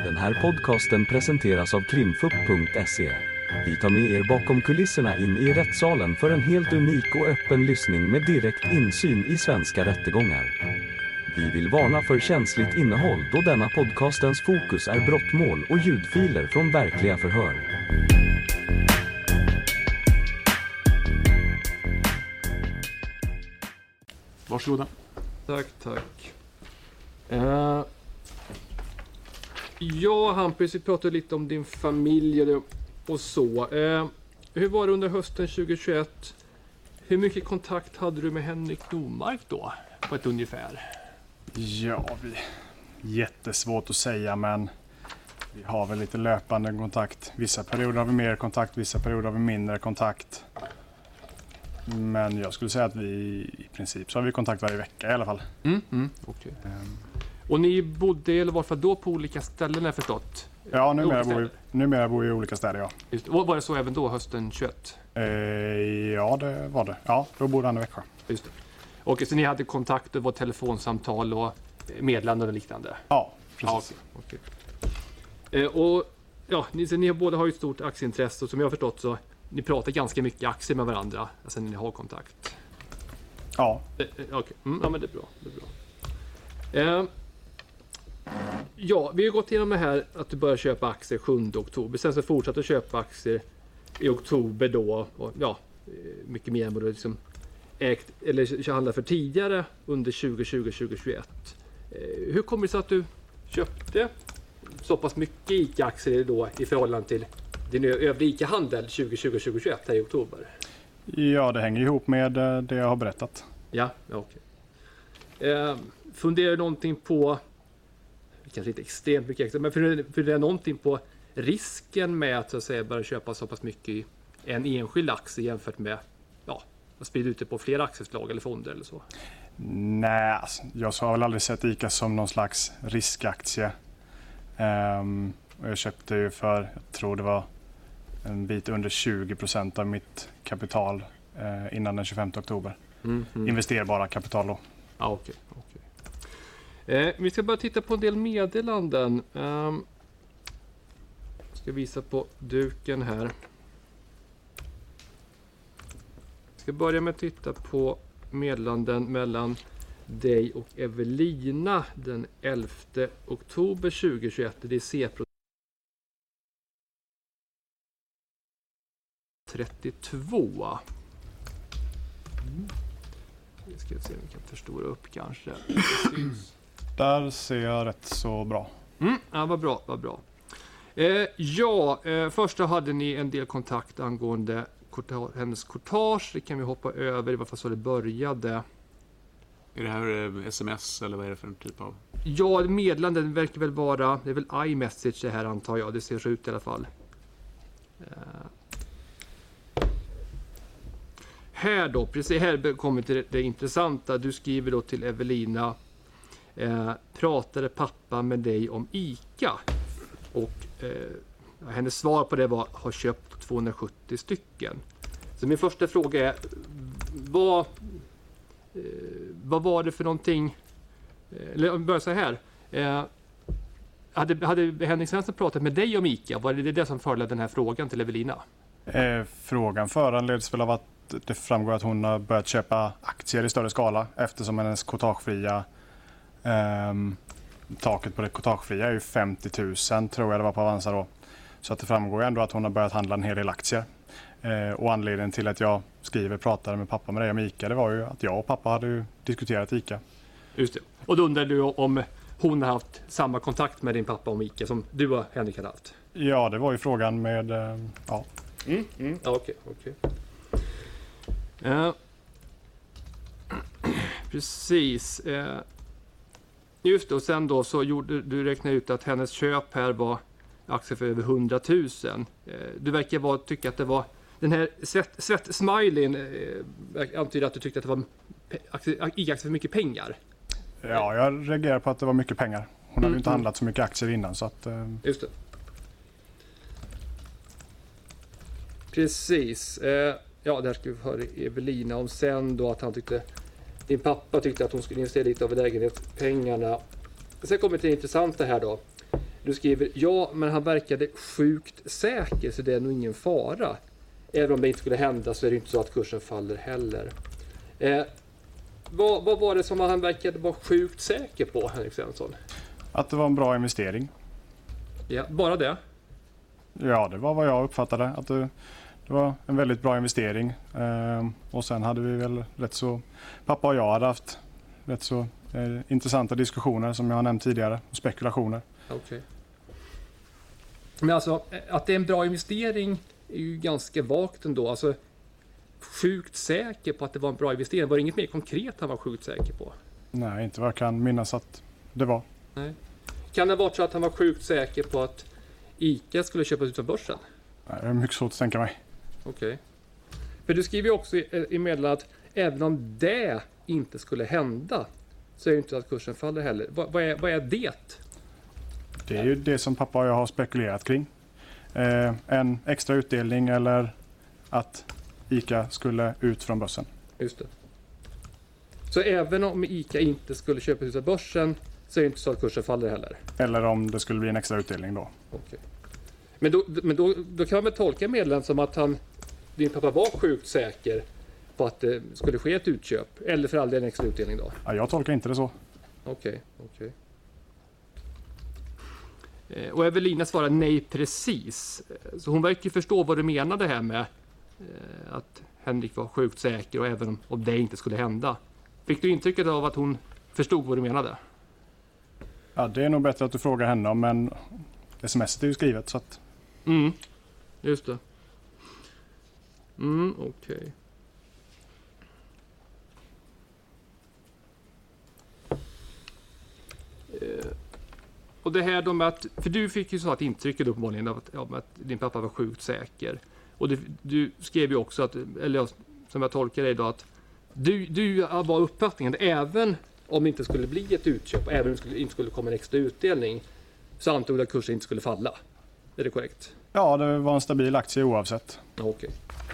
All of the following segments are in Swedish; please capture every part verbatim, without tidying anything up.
Den här podcasten presenteras av krimfupp punkt se. Vi tar med er bakom kulisserna in i rättssalen för en helt unik och öppen lyssning med direkt insyn i svenska rättegångar. Vi vill varna för känsligt innehåll då denna podcastens fokus är brottmål och ljudfiler från verkliga förhör. Varsågoda. Tack, tack. Uh, ja, Hampus, vi pratade lite om din familj och så. Uh, hur var det under hösten tjugohundratjugoett? Hur mycket kontakt hade du med Henrik Normark då, på ett ungefär? Ja, vi... jättesvårt att säga, men vi har väl lite löpande kontakt. Vissa perioder har vi mer kontakt, vissa perioder har vi mindre kontakt. Men jag skulle säga att vi i princip så har vi kontakt varje vecka i alla fall. Mm, mm, okay. um. Och ni bodde, eller varför då, på olika ställen har jag förstått? Ja, numera bor, vi, numera bor vi i olika städer, ja. Just, och var det så även då, hösten tjugoett? Eh, ja, det var det. Ja, då bodde han i Växjö. Just det. Och så ni hade kontakt, det var telefonsamtal och meddelanden och liknande? Ja, precis. Ja, okay. Okay. Eh, och ja, ni, så ni båda har ju ett stort aktieintresse, och som jag har förstått så ni pratar ganska mycket aktier med varandra, alltså när ni har kontakt. Ja. Eh, eh, okay. mm, ja, men det är bra. Det är bra. Eh, ja, vi har gått igenom det här att du börjar köpa aktier sjunde oktober. Sen så fortsatte du köpa aktier i oktober då. Och, ja, mycket mer än vad du liksom ägt eller handlat för tidigare under tjugotjugo till tjugohundratjugoett. Eh, hur kommer det sig att du köpte så pass mycket ICA-aktier då i förhållande till din övriga ICA-handel tjugotjugo till tjugohundratjugoett här i oktober? Ja, det hänger ihop med det jag har berättat. Ja, okej. Okay. Eh, funderar du någonting på, kanske inte extremt mycket extra, men funderar du någonting på risken med att, så att säga, börja köpa så pass mycket i en enskild aktie jämfört med, ja, att sprida ut det på flera aktieslag eller fonder eller så? Nej, alltså, jag har väl aldrig sett ICA som någon slags riskaktie. Um, och jag köpte ju för, jag tror det var en bit under tjugo procent av mitt kapital eh, innan den tjugofemte oktober. Mm, mm. Investerbara kapital då. Ja, okej. Okay, okay. eh, vi ska bara titta på en del meddelanden. Um, jag ska visa på duken här. Jag ska börja med att titta på meddelanden mellan dig och Evelina den elfte oktober tjugohundratjugoett. Det är C-pro trettiotvå. Mm. Vi ska se om vi kan förstora upp kanske. Där ser jag rätt så bra. Mm, ja, vad bra, vad bra. Eh, ja, eh, först då hade ni en del kontakt angående korta, hennes courtage. Det kan vi hoppa över, i varje fall så det började. Är det här eh, sms eller vad är det för en typ av? Ja, meddelanden verkar väl vara, det är väl iMessage det här antar jag. Det ser så ut i alla fall. Eh. Här då, precis här kommer till det, det intressanta. Du skriver då till Evelina. Eh, pratade pappa med dig om ICA? Och eh, hennes svar på det var, har köpt tvåhundrasjuttio stycken. Så min första fråga är, vad, eh, vad var det för någonting? Eller om vi börjar så här. Eh, hade, hade Henrik Svensson pratat med dig om ICA? Var det det som föranledde den här frågan till Evelina? Eh, frågan föranleds väl av att det framgår att hon har börjat köpa aktier i större skala eftersom hennes courtagefria eh, taket på det courtagefria är ju femtio tusen tror jag det var på Avanza då. Så att det framgår ju ändå att hon har börjat handla en hel del aktier. Eh, och anledningen till att jag skriver pratade med pappa med dig om ICA, det var ju att jag och pappa hade ju diskuterat ICA. Just det. Och då undrar du om hon har haft samma kontakt med din pappa om ICA som du och Henrik hade haft? Ja, det var ju frågan med, eh, ja. Mm, mm. Okej, okej. Uh, precis. Uh, just det, och sen då så gjorde du räknade ut att hennes köp här var aktier för över hundratusen. Uh, du verkar vara, tycka att det var den här svett, svett smileyn uh, antyder att du tyckte att det var aktier för mycket pengar. Ja, jag reagerar på att det var mycket pengar. Hon hade mm, ju inte mm. handlat så mycket aktier innan så att... Uh... Just det. Precis. Uh, Ja, där ska vi höra Evelina om sen då att han tyckte, din pappa tyckte att hon skulle investera lite av lägenhetspengarna. Sen kommer det intressanta här då. Du skriver, ja, men han verkade sjukt säker så det är nog ingen fara. Även om det inte skulle hända så är det inte så att kursen faller heller. Eh, vad, vad var det som han verkade vara sjukt säker på, Henrik Svensson? Att det var en bra investering. Ja, bara det? Ja, det var vad jag uppfattade. Att det, det var en väldigt bra investering. Eh, och sen hade vi väl rätt så... Pappa och jag hade haft rätt så eh, intressanta diskussioner som jag har nämnt tidigare. Och spekulationer. Okej. Okay. Men alltså, att det är en bra investering är ju ganska vagt ändå. Alltså, sjukt säker på att det var en bra investering. Var det inget mer konkret han var sjukt säker på? Nej, inte vad jag kan minnas att det var. Nej. Kan det vara så att han var sjukt säker på att ICA skulle köpas ut från börsen? Nej, det är mycket svårt att tänka mig. Okej. Okay. För du skriver ju också i, i meddelandet att även om det inte skulle hända så är det inte att kursen faller heller. Va, vad, är, vad är det? Det är ju det som pappa och jag har spekulerat kring. Eh, en extra utdelning eller att ICA skulle ut från börsen. Just det. Så även om ICA inte skulle köpas ut av börsen så är det inte så att kursen faller heller? Eller om det skulle bli en extra utdelning då. Okej. Men, då, men då, då kan man väl tolka meddelandet som att han, din pappa var sjukt säker på att det skulle ske ett utköp. Eller för all del en extra utdelning då? Ja, jag tolkar inte det så. Okej, okej. Och Evelina svarar nej precis. Så hon verkar förstå vad du menade här med att Henrik var sjukt säker och även om det inte skulle hända. Fick du intrycket av att hon förstod vad du menade? Ja, det är nog bättre att du frågar henne, men smset är ju skrivet så att... Mm, just det. Mm, okej. Okay. Eh, och det här då med att, för du fick ju så att intrycket uppenbarligen av att, ja, att din pappa var sjukt säker. Och du, du skrev ju också att, eller som jag tolkar det idag, att du, du var uppfattningen att även om det inte skulle bli ett utköp, även om det skulle, inte skulle komma en extra utdelning, så antog du att kursen inte skulle falla. Är det korrekt? Ja, det var en stabil aktie oavsett. Okej.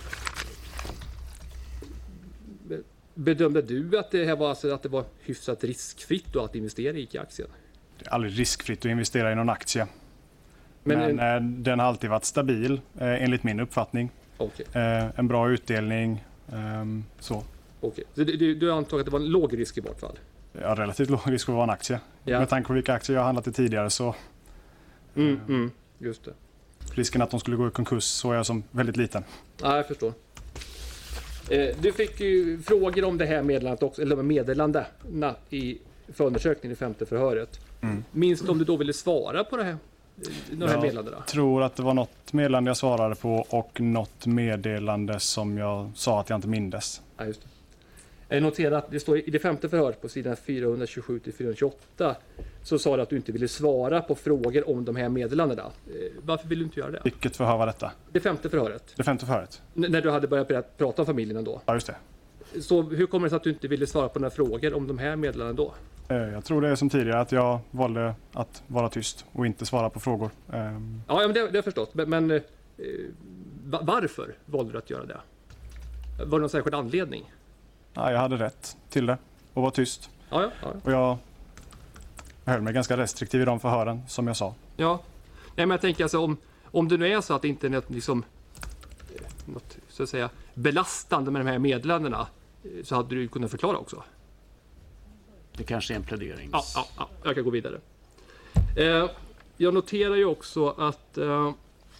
Okay. Bedömde du att det här var, alltså, att det var hyfsat riskfritt då att investera i aktien? Det är aldrig riskfritt att investera i någon aktie. Men, Men en... eh, den har alltid varit stabil, eh, enligt min uppfattning. Okay. Eh, en bra utdelning, eh, så. Okej, okay. Så du, du antog att det var en låg risk i vart fall? Ja, relativt låg risk att vara en aktie. Ja. Med tanke på vilka aktier jag har handlat i tidigare så... Mm, eh, mm, just det. Risken att de skulle gå i konkurs så är jag som väldigt liten. Ja, jag förstår. Eh, du fick ju frågor om det här meddelandet också, eller meddelandena i förundersökningen i femte förhöret. Mm. Minns du om du då ville svara på det här, de här meddelandena? Jag tror att det var något meddelande jag svarade på och något meddelande som jag sa att jag inte mindes. Ja, just det. Jag noterar att det står i det femte förhöret på sidan fyrahundratjugosju till fyrahundratjugoåtta så sa du att du inte ville svara på frågor om de här meddelandena. Varför vill du inte göra det? Vilket förhör var detta? Det femte förhöret. Det femte förhöret? N- när du hade börjat prata om familjen då? Ja, just det. Så hur kommer det sig att du inte ville svara på några frågor om de här meddelandena då? Jag tror det är som tidigare att jag valde att vara tyst och inte svara på frågor. Ja, men det, det har jag förstått. Men, men eh, varför valde du att göra det? Var det någon särskild anledning? Ja, jag hade rätt till det och var tyst. Ja, ja, ja. Och jag höll mig ganska restriktiv i de förhören som jag sa. Ja, nej, men jag tänker alltså om, om det nu är så att det inte är något, liksom, något så att säga, belastande med de här meddelandena så hade du kunnat förklara också. Det kanske är en plädering. Ja, ja, ja, jag kan gå vidare. Eh, jag noterar ju också att eh,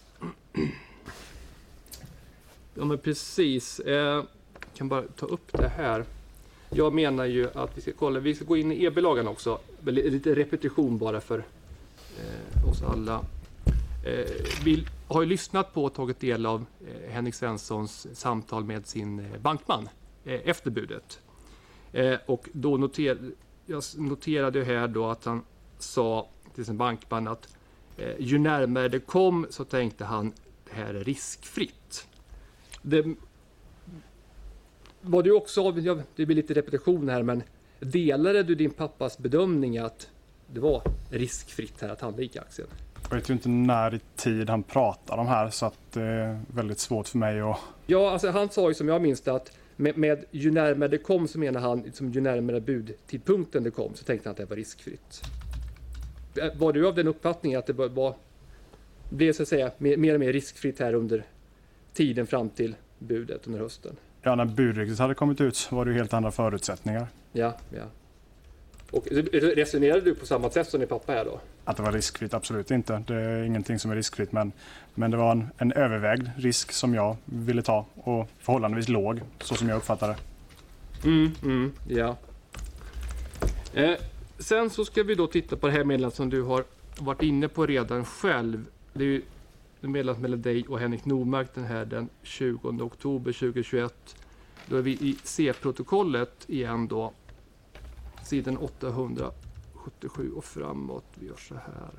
ja, men precis eh, kan bara ta upp det här. Jag menar ju att vi ska kolla, vi ska gå in i E B-lagen också. Lite repetition bara för eh, oss alla. Eh, vi har ju lyssnat på och tagit del av eh, Henrik Svenssons samtal med sin eh, bankman eh, efter budet. Eh, och då noter, jag noterade här då att han sa till sin bankman att eh, ju närmare det kom så tänkte han det här är riskfritt. Det var du också, det blir lite repetition här, men delade du din pappas bedömning att det var riskfritt här att handla i aktien? Jag vet ju inte när i tid han pratar om här så att det är väldigt svårt för mig att... Ja, alltså han sa ju som jag minns det att med, med ju närmare det kom så menar han liksom, ju närmare budtidpunkten det kom så tänkte han att det var riskfritt. Var du av den uppfattningen att det var, blev så att säga mer, mer och mer riskfritt här under tiden fram till budet under hösten? Ja, när budryktet hade kommit ut så var det ju helt andra förutsättningar. Ja, ja. Och resonerade du på samma sätt som din pappa här då? Att det var riskfritt, absolut inte. Det är ingenting som är riskfritt, men, men det var en, en övervägd risk som jag ville ta och förhållandevis låg, så som jag uppfattade det. Mm, mm, ja. Eh, sen så ska vi då titta på det här meddelandet som du har varit inne på redan själv. Det är ju meddelandet mellan dig och Henrik Normark den här den tjugonde oktober tjugohundratjugoett. Då är vi i C-protokollet igen då. Sidan åttahundrasjuttiosju och framåt. Vi gör så här.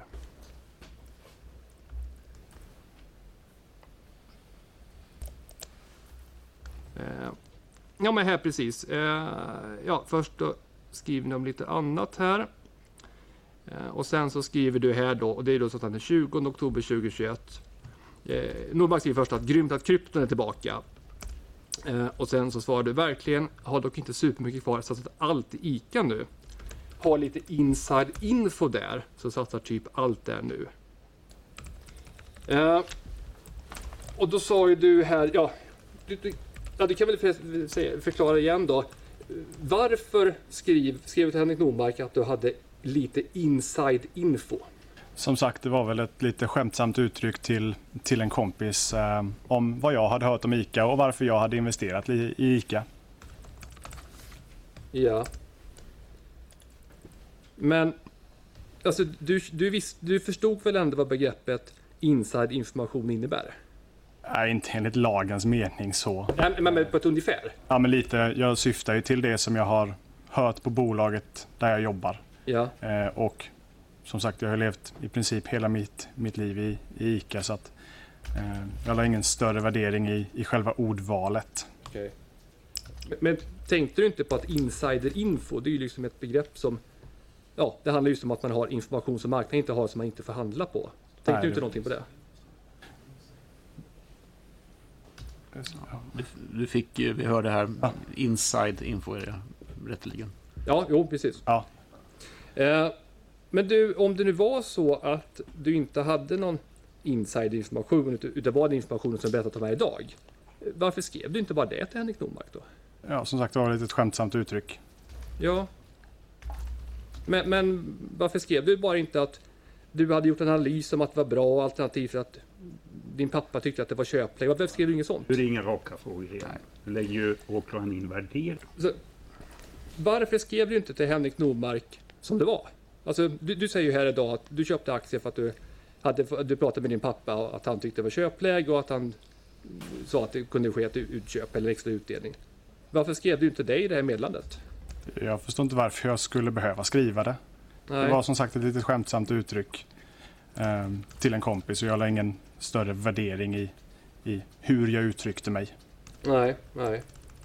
Eh, ja men här precis. Eh, ja, först då skriver ni om lite annat här. Eh, och sen så skriver du här då, och det är då så att den tjugonde oktober tjugohundratjugoett. Eh, Normark skriver först att grymt att krypton är tillbaka. Eh, och sen så svarar du verkligen, har dock inte supermycket kvar, så att allt i ICA nu. Har lite inside info där, så satsar typ allt där nu. Eh, och då sa ju du här, ja, du, du, ja, du kan väl för, för, förklara igen då. Varför skrev, skrev du till Henrik Normark att du hade lite inside info? Som sagt, det var väl ett lite skämtsamt uttryck till, till en kompis eh, om vad jag hade hört om ICA och varför jag hade investerat i, i ICA. Ja. Men alltså, du, du, visst, du förstod väl ändå vad begreppet inside information innebär? Nej, inte enligt lagens mening så. Nej, men på ett ungefär? Ja, men lite. Jag syftar ju till det som jag har hört på bolaget där jag jobbar. Ja. Eh, och som sagt, jag har levt i princip hela mitt, mitt liv i, i ICA, så att eh, jag har ingen större värdering i, i själva ordvalet. Okay. Men, men tänkte du inte på att insiderinfo, det är ju liksom ett begrepp som, ja, det handlar just om att man har information som marknaden inte har som man inte får handla på. Tänkte Nej, du inte det... någonting på det? Du, du fick, vi hörde här, ja. Inside info är det rätteligen. Ja, jo, precis. Ja. Eh, men du, om det nu var så att du inte hade någon insiderinformation utan var det informationen som berättat om här idag. Varför skrev du inte bara det till Henrik Normark då? Ja, som sagt, det var lite ett skämtsamt uttryck. Ja. Men, men varför skrev du bara inte att du hade gjort en analys om att det var bra alternativ för att din pappa tyckte att det var köpläge? Varför skrev du inget sånt? Det är inga raka frågor igen. Du lägger ju åklagaren in värdering. Så, varför skrev du inte till Henrik Normark som det var? Alltså, du, du säger ju här idag att du köpte aktier för att du, hade, du pratade med din pappa och att han tyckte det var köpläge och att han sa att det kunde ske ett utköp eller extra utdelning. Varför skrev du inte det i det här meddelandet? Jag förstår inte varför jag skulle behöva skriva det. Nej. Det var som sagt ett litet skämtsamt uttryck eh, till en kompis och jag har ingen större värdering i, i hur jag uttryckte mig. Nej, nej.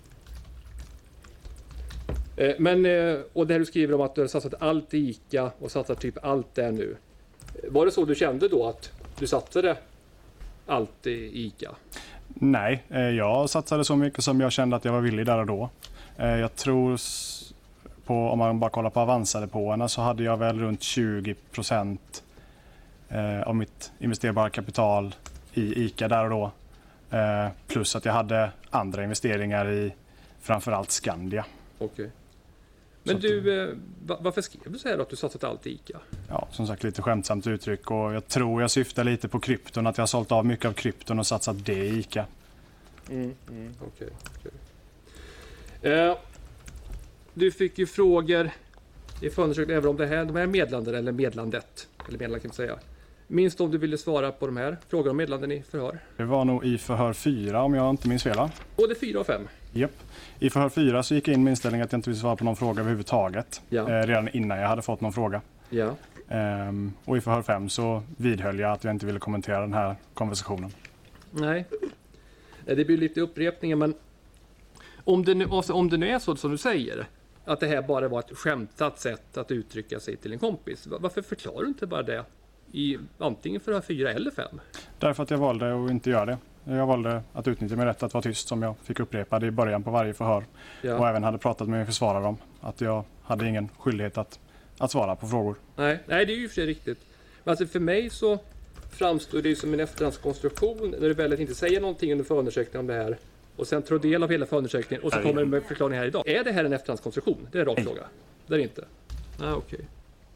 Eh, men, eh, och det här du skriver om att du har satsat allt i ICA och satsat typ allt där nu. Var det så du kände då att du satsade allt i ICA? Nej, eh, jag satsade så mycket som jag kände att jag var villig där och då. Eh, jag tror på, om man bara kollar på Avanza-depåerna så hade jag väl runt tjugo procent eh, av mitt investerbara kapital i ICA där och då. Eh, plus att jag hade andra investeringar i framförallt Skandia. Okej. Men du, eh, varför skrev du så här då, att du satsat allt i ICA? Ja, som sagt lite skämtsamt uttryck och jag tror jag syftar lite på krypton, att jag har sålt av mycket av krypton och satsat det i ICA. Mm, mm, okej, okej. Eh, du fick ju frågor i förundersökningen även om det här, de här medlanden eller medlandet, eller medland kan man säga. Minns du om du ville svara på de här frågorna om medlanden i förhör? Det var nog i förhör fyra om jag inte minns fel. Både fyra och fem? Japp. I förhör fyra så gick jag in med inställning att jag inte ville svara på någon fråga överhuvudtaget. Ja. Eh, redan innan jag hade fått någon fråga. Ja. Ehm, och i förhör fem så vidhöll jag att jag inte ville kommentera den här konversationen. Nej. Det blir lite upprepningar, men om det, nu, alltså, om det nu är så som du säger, att det här bara var ett skämtat sätt att uttrycka sig till en kompis, varför förklarar du inte bara det i antingen förhör fyra eller fem? Därför att jag valde att inte göra det. Jag valde att utnyttja min rätt att vara tyst som jag fick upprepa det i början på varje förhör. Ja. Och även hade pratat med min försvarare om att jag hade ingen skyldighet att att svara på frågor. Nej, nej, det är ju för sig riktigt. Men alltså för mig så framstår det ju som en efterhandskonstruktion när du väljer att inte säga någonting under förundersökningen om det här och sen tar del av hela förundersökningen och så kommer det med förklaring här idag. Är det här en efterhandskonstruktion? Det är en rak fråga. Det är det inte. Nej, okej. Okay.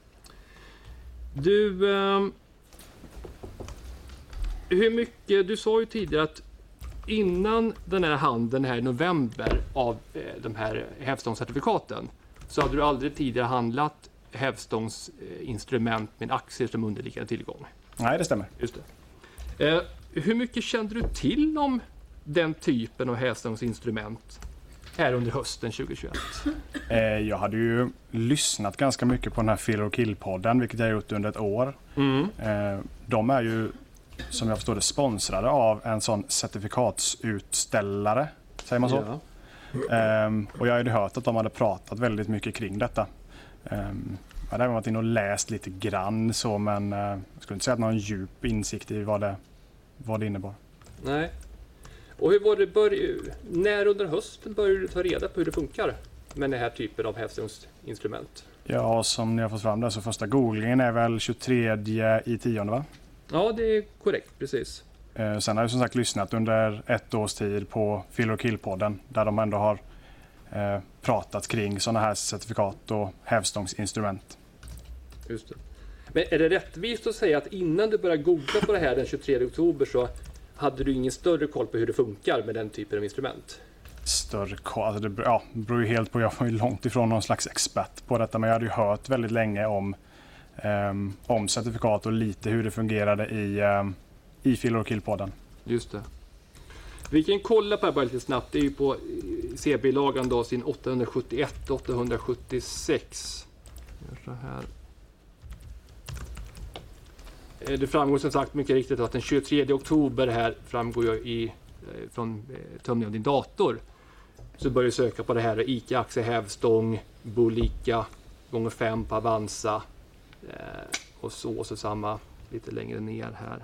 Du, eh, hur mycket, du sa ju tidigare att innan den här handeln här i november av eh, de här hävstångscertifikaten så hade du aldrig tidigare handlat hävstångsinstrument med aktier som underliggande tillgång. Nej, det stämmer. Just det. Eh, hur mycket kände du till om den typen av hävstångsinstrument här under hösten tjugohundratjugoett? Eh, jag hade ju lyssnat ganska mycket på den här Fill or Kill-podden, vilket jag har gjort under ett år. Mm. Eh, de är ju, som jag förstår det, sponsrade av en sån certifikatsutställare, säger man så? Ja. Eh, och jag hade hört att de hade pratat väldigt mycket kring detta. Eh, jag hade även varit inne och läst lite grann så, men eh, jag skulle inte säga att någon djup insikt i vad det, vad det innebar. Nej. Och hur var det bör- när under hösten började du ta reda på hur det funkar med den här typen av hävstångsinstrument? Ja, som ni har fått fram det så första googlingen är väl tjugotredje i tionde, va? Ja, det är korrekt, precis. Eh, sen har jag som sagt lyssnat under ett års tid på Fill or Kill-podden där de ändå har eh, pratat kring sådana här certifikat och hävstångsinstrument. Just det. Men är det rättvist att säga att innan du började googla på det här den tjugotredje oktober så hade du ingen större koll på hur det funkar med den typen av instrument? Större koll, alltså det ja, beror ju helt på, jag var ju långt ifrån någon slags expert på detta, men jag hade ju hört väldigt länge om, eh, om certifikat och lite hur det fungerade i, eh, i Fill or Kill-podden. Just det. Vi kan kolla på det här bara lite snabbt. Det är ju på C B-lagan då, sin åttahundrasjuttioett åttahundrasjuttiosex. Gör så här. Det framgår som sagt mycket riktigt att den tjugotredje oktober här framgår ju i, från tömning av din dator. Så börjar du söka på det här ICA aktie hävstång, Bolika gånger fem på Avanza och så och så samma lite längre ner här.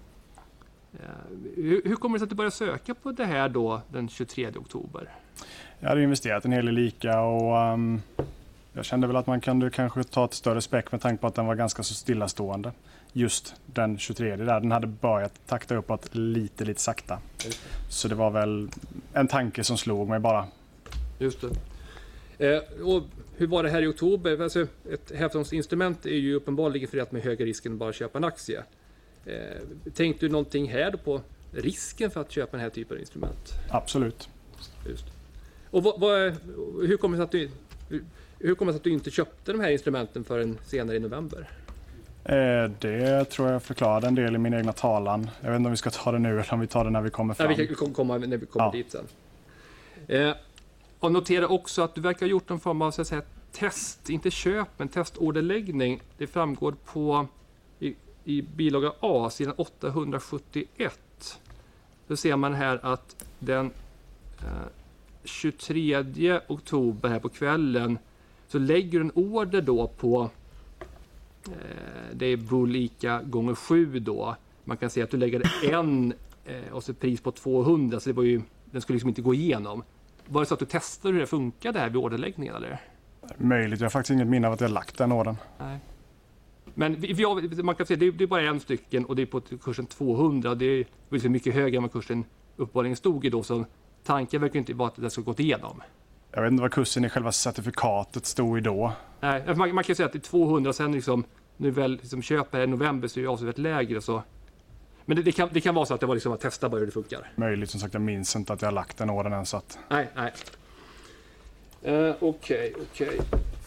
Hur, hur kommer det sig att du började söka på det här då den tjugotredje oktober? Jag hade investerat en hel del ICA och um, jag kände väl att man kunde kanske ta ett större späck med tanke på att den var ganska så stillastående. Just den tjugotredje där. Den hade börjat takta uppåt lite, lite sakta. Så det var väl en tanke som slog mig bara. Just det. Eh, och hur var det här i oktober? Alltså, ett hävstångsinstrument är ju uppenbarligen förenat med högre risken än bara köpa en aktie. Eh, tänkte du någonting här då på risken för att köpa den här typen av instrument? Absolut. Just. Och vad, vad, hur kommer det sig att du, hur kommer det sig att du inte köpte de här instrumenten förrän senare i november? Eh, det tror jag förklarade en del i min egna talan. Jag vet inte om vi ska ta det nu eller om vi tar det när vi kommer fram. Nej, vi kan komma när vi kommer ja. dit sen. Eh, och notera också att du verkar ha gjort en form av så att säga, test, inte köp, men testorderläggning. Det framgår på i, i bilaga A, sidan åttahundrasjuttioett. Då ser man här att den eh, tjugotredje oktober här på kvällen så lägger du en order då på det är Bolika gånger sju då. Man kan säga att du lägger en eh, och så ett pris på tvåhundra, så det var ju, den skulle liksom inte gå igenom. Var det så att du testade hur det funkade här vid orderläggningen eller? Möjligt, jag har faktiskt inget minne av att jag lagt den orden. Nej. Men vi, vi har, man kan säga det är, det är bara en stycken och det är på kursen tvåhundra. Det är liksom mycket högre än vad kursen uppenbarligen stod i då, så tanken verkar inte vara att det ska gått igenom. Jag vet inte vad kursen i själva certifikatet stod i då. Nej, man, man kan säga att det är tvåhundra, sen liksom, nu väl liksom köper i november så är det avsevärt lägre. Så. Men det, det, kan, det kan vara så att det var liksom att testa bara hur det funkar. Möjligt, som sagt, jag minns inte att jag har lagt den orden än. Så att... Nej, nej. Uh, Okej, okej.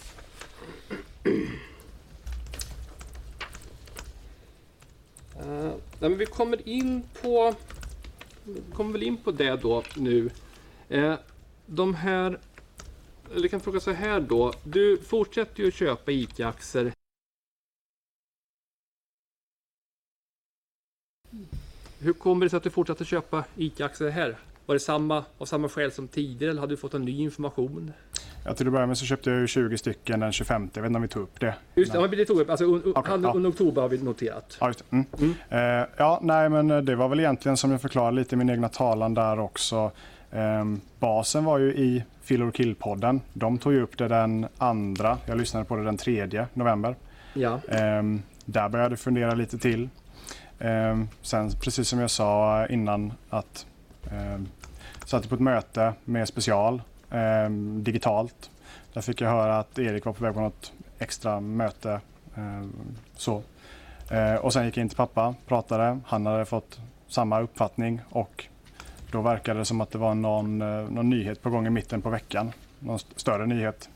Uh, nej, men vi kommer in på vi kommer väl in på det då nu. Uh, de här, eller kan fråga så här då. Du fortsätter ju att köpa ICA-aktier. Hur kommer det sig att du fortsatte köpa ICA-aktier här? Var det samma, av samma skäl som tidigare eller hade du fått en ny information? Ja, till att börja med så köpte jag ju tjugo stycken den tjugofemte. Jag vet inte om vi tog upp det. Just det, men... det tog upp. Alltså un, okay, under, ja. under oktober har vi noterat. Ja, just det. Mm. Mm. Eh, ja, nej, men det var väl egentligen som jag förklarade lite i min egna talan där också. Um, basen var ju i Fill or Kill-podden. De tog ju upp det den andra, jag lyssnade på det den tredje november. Ja. Um, där började jag fundera lite till. Um, sen precis som jag sa innan att um, satt på ett möte med special um, digitalt. Där fick jag höra att Erik var på väg på något extra möte. Um, så. Uh, och sen gick jag in till pappa, pratade. Han hade fått samma uppfattning och då verkade det som att det var någon, uh, någon nyhet på gång i mitten på veckan. Någon st- större nyhet.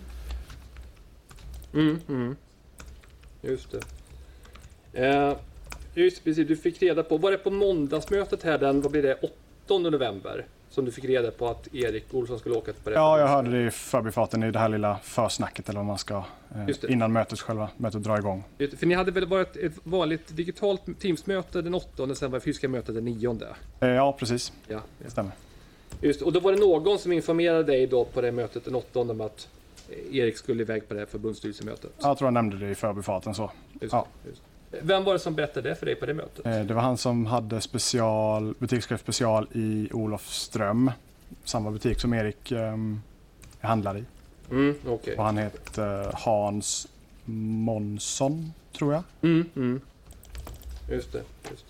Mm, mm. Just det. Eh, just precis, du fick reda på, var det på måndagsmötet här den, vad blir det, åttonde november som du fick reda på att Erik Olsson skulle åka på det? Ja, jag hörde det i förbifarten i det här lilla försnacket eller vad man ska, eh, innan mötet själva mötet drar igång. Just det, för ni hade väl varit ett vanligt digitalt teamsmöte den åttonde och sen var det fysiska mötet den nionde? Eh, ja, precis. Ja, Det stämmer. just, och då var det någon som informerade dig då på det mötet den åttonde om att Erik skulle iväg på det här förbundsstyrelsemötet? Jag tror jag nämnde det i förbifarten så. Just, Ja. just. Vem var det som berättade det för dig på det mötet? Eh, det var han som hade special, butikschef special i Olofström. Samma butik som Erik eh, handlar i. Mm, okej. Och han heter eh, Hans Månsson, tror jag. Mm, mm. Just det, just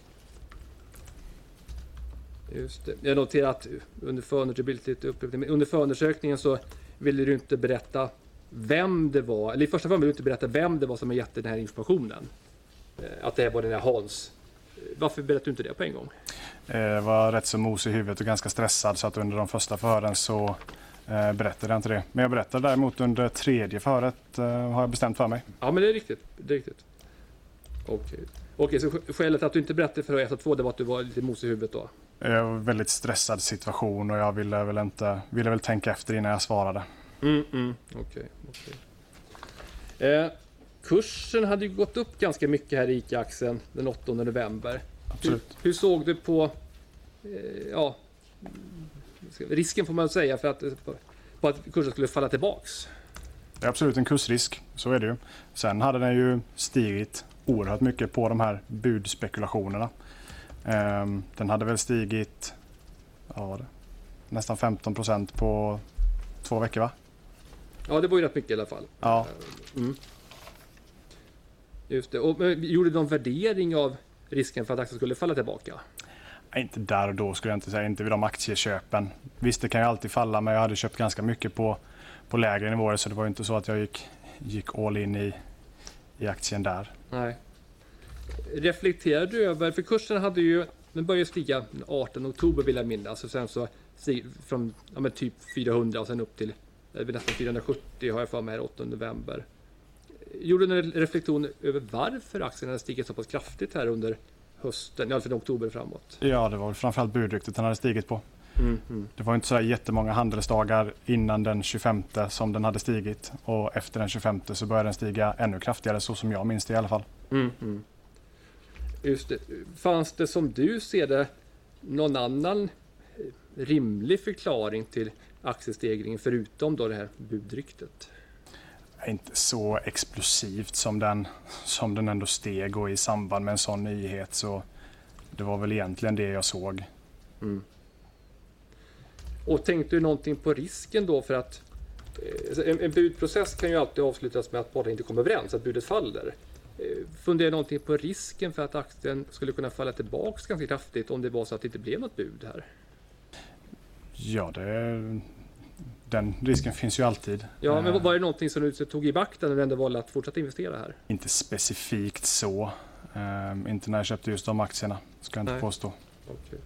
det. Just det. Jag noterar att under, förundersökningen, under förundersökningen så ville du inte berätta vem det var, eller i första fall ville du inte berätta vem det var som har gett den här informationen. Eh, Att det var den här Hans. Varför berättade du inte det på en gång? Jag var rätt så mos i huvudet och ganska stressad så att under de första förhören så eh, berättade jag inte det. Men jag berättade däremot under tredje förhöret eh, har jag bestämt för mig. Ja, men det är riktigt. Det är riktigt. Okej. Okej, så skälet att du inte berättade för ett och två det var att du var lite mos i huvudet då? Det var en väldigt stressad situation och jag ville väl, inte, ville väl tänka efter innan jag svarade. Mm, mm. Okej, okej. Eh, kursen hade ju gått upp ganska mycket här i ICA-aktien den åttonde november. Hur, Absolut. hur såg du på eh, ja, risken får man säga för att, på att kursen skulle falla tillbaks? Det är absolut en kursrisk, så är det ju. Sen hade den ju stigit oerhört mycket på de här budspekulationerna. Um, den hade väl stigit ja, vad var det? nästan femton procent på två veckor, va? Ja, det var ju rätt mycket i alla fall. Ja. Mm. Just det. Och, men, gjorde du någon värdering av risken för att aktien skulle falla tillbaka? Nej, inte där och då skulle jag inte säga, inte vid de aktieköpen. Visst, det kan ju alltid falla, men jag hade köpt ganska mycket på, på lägre nivåer så det var ju inte så att jag gick, gick all in i, i aktien där. Nej. Reflekterar du över, för kursen hade ju, den började stiga den artonde oktober vill jag minnas och sen så från ja, men typ fyrahundra och sen upp till nästan fyrahundrasjuttio har jag för mig här åttonde november. Gjorde du en reflektion över varför aktien hade stigit så pass kraftigt här under hösten, i alla fall oktober framåt? Ja, det var väl framförallt budryktet den hade stigit på. Mm, mm. Det var inte så där jättemånga handelsdagar innan den tjugofemte som den hade stigit och efter den tjugofemte så började den stiga ännu kraftigare så som jag minns det i alla fall. Mm, mm. Just det. Fanns det som du ser det någon annan rimlig förklaring till aktiestegringen förutom då det här budryktet? Inte så explosivt som den, som den ändå steg och i samband med en sån nyhet så det var väl egentligen det jag såg. Mm. Och tänkte du någonting på risken då för att eh, en, en budprocess kan ju alltid avslutas med att båda inte kommer överens, att budet faller. Eh, funderar någonting på risken för att aktien skulle kunna falla tillbaka ganska kraftigt om det var så att det inte blev något bud här? Ja, det, den risken finns ju alltid. Ja, men var det någonting som du tog i beaktande när du ändå valde att fortsätta investera här? Inte specifikt så. Um, inte när jag köpte just de aktierna, ska jag inte Nej. påstå. Okej.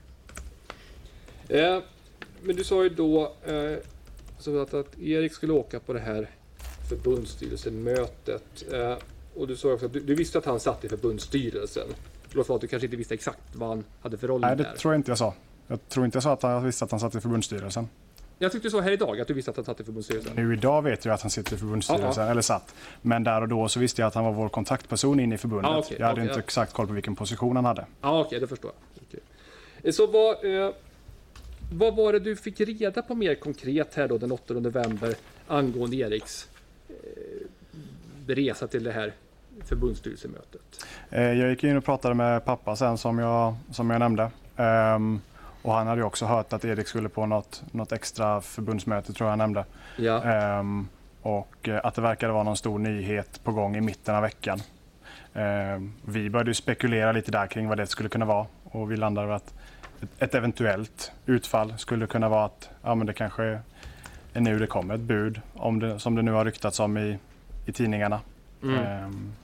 Eh, men du sa ju då eh, så att, att Erik skulle åka på det här förbundsstyrelsemötet. Eh, och du sa också att du, du visste att han satt i förbundsstyrelsen. Låt vara att du kanske inte visste exakt vad han hade för roll Nej, det där. tror jag inte jag sa. Jag tror inte jag sa att han visste att han satt i förbundsstyrelsen. Jag tyckte du sa här idag att du visste att han satt i förbundsstyrelsen. Nu idag vet jag att han sitter i förbundsstyrelsen, Ja, ja. eller satt. Men där och då så visste jag att han var vår kontaktperson in i förbundet. Ja, okej, jag hade okej, inte ja. exakt koll på vilken position han hade. Ja, okej, det förstår jag. Okej. Eh, Så vad, eh, vad var det du fick reda på mer konkret här då den åttonde november angående Eriks eh, resa till det här förbundsstyrelsemötet? Eh, Jag gick in och pratade med pappa sen som jag, som jag nämnde. Ehm, Och han hade ju också hört att Erik skulle på något, något extra förbundsmöte, tror jag han nämnde. Ja. Ehm, och att det verkade vara någon stor nyhet på gång i mitten av veckan. Ehm, vi började ju spekulera lite där kring vad det skulle kunna vara. Och vi landade på att ett eventuellt utfall skulle kunna vara att ja, men det kanske är nu det kommer ett bud, om det, som det nu har ryktats om i, i tidningarna. Mm. Ehm,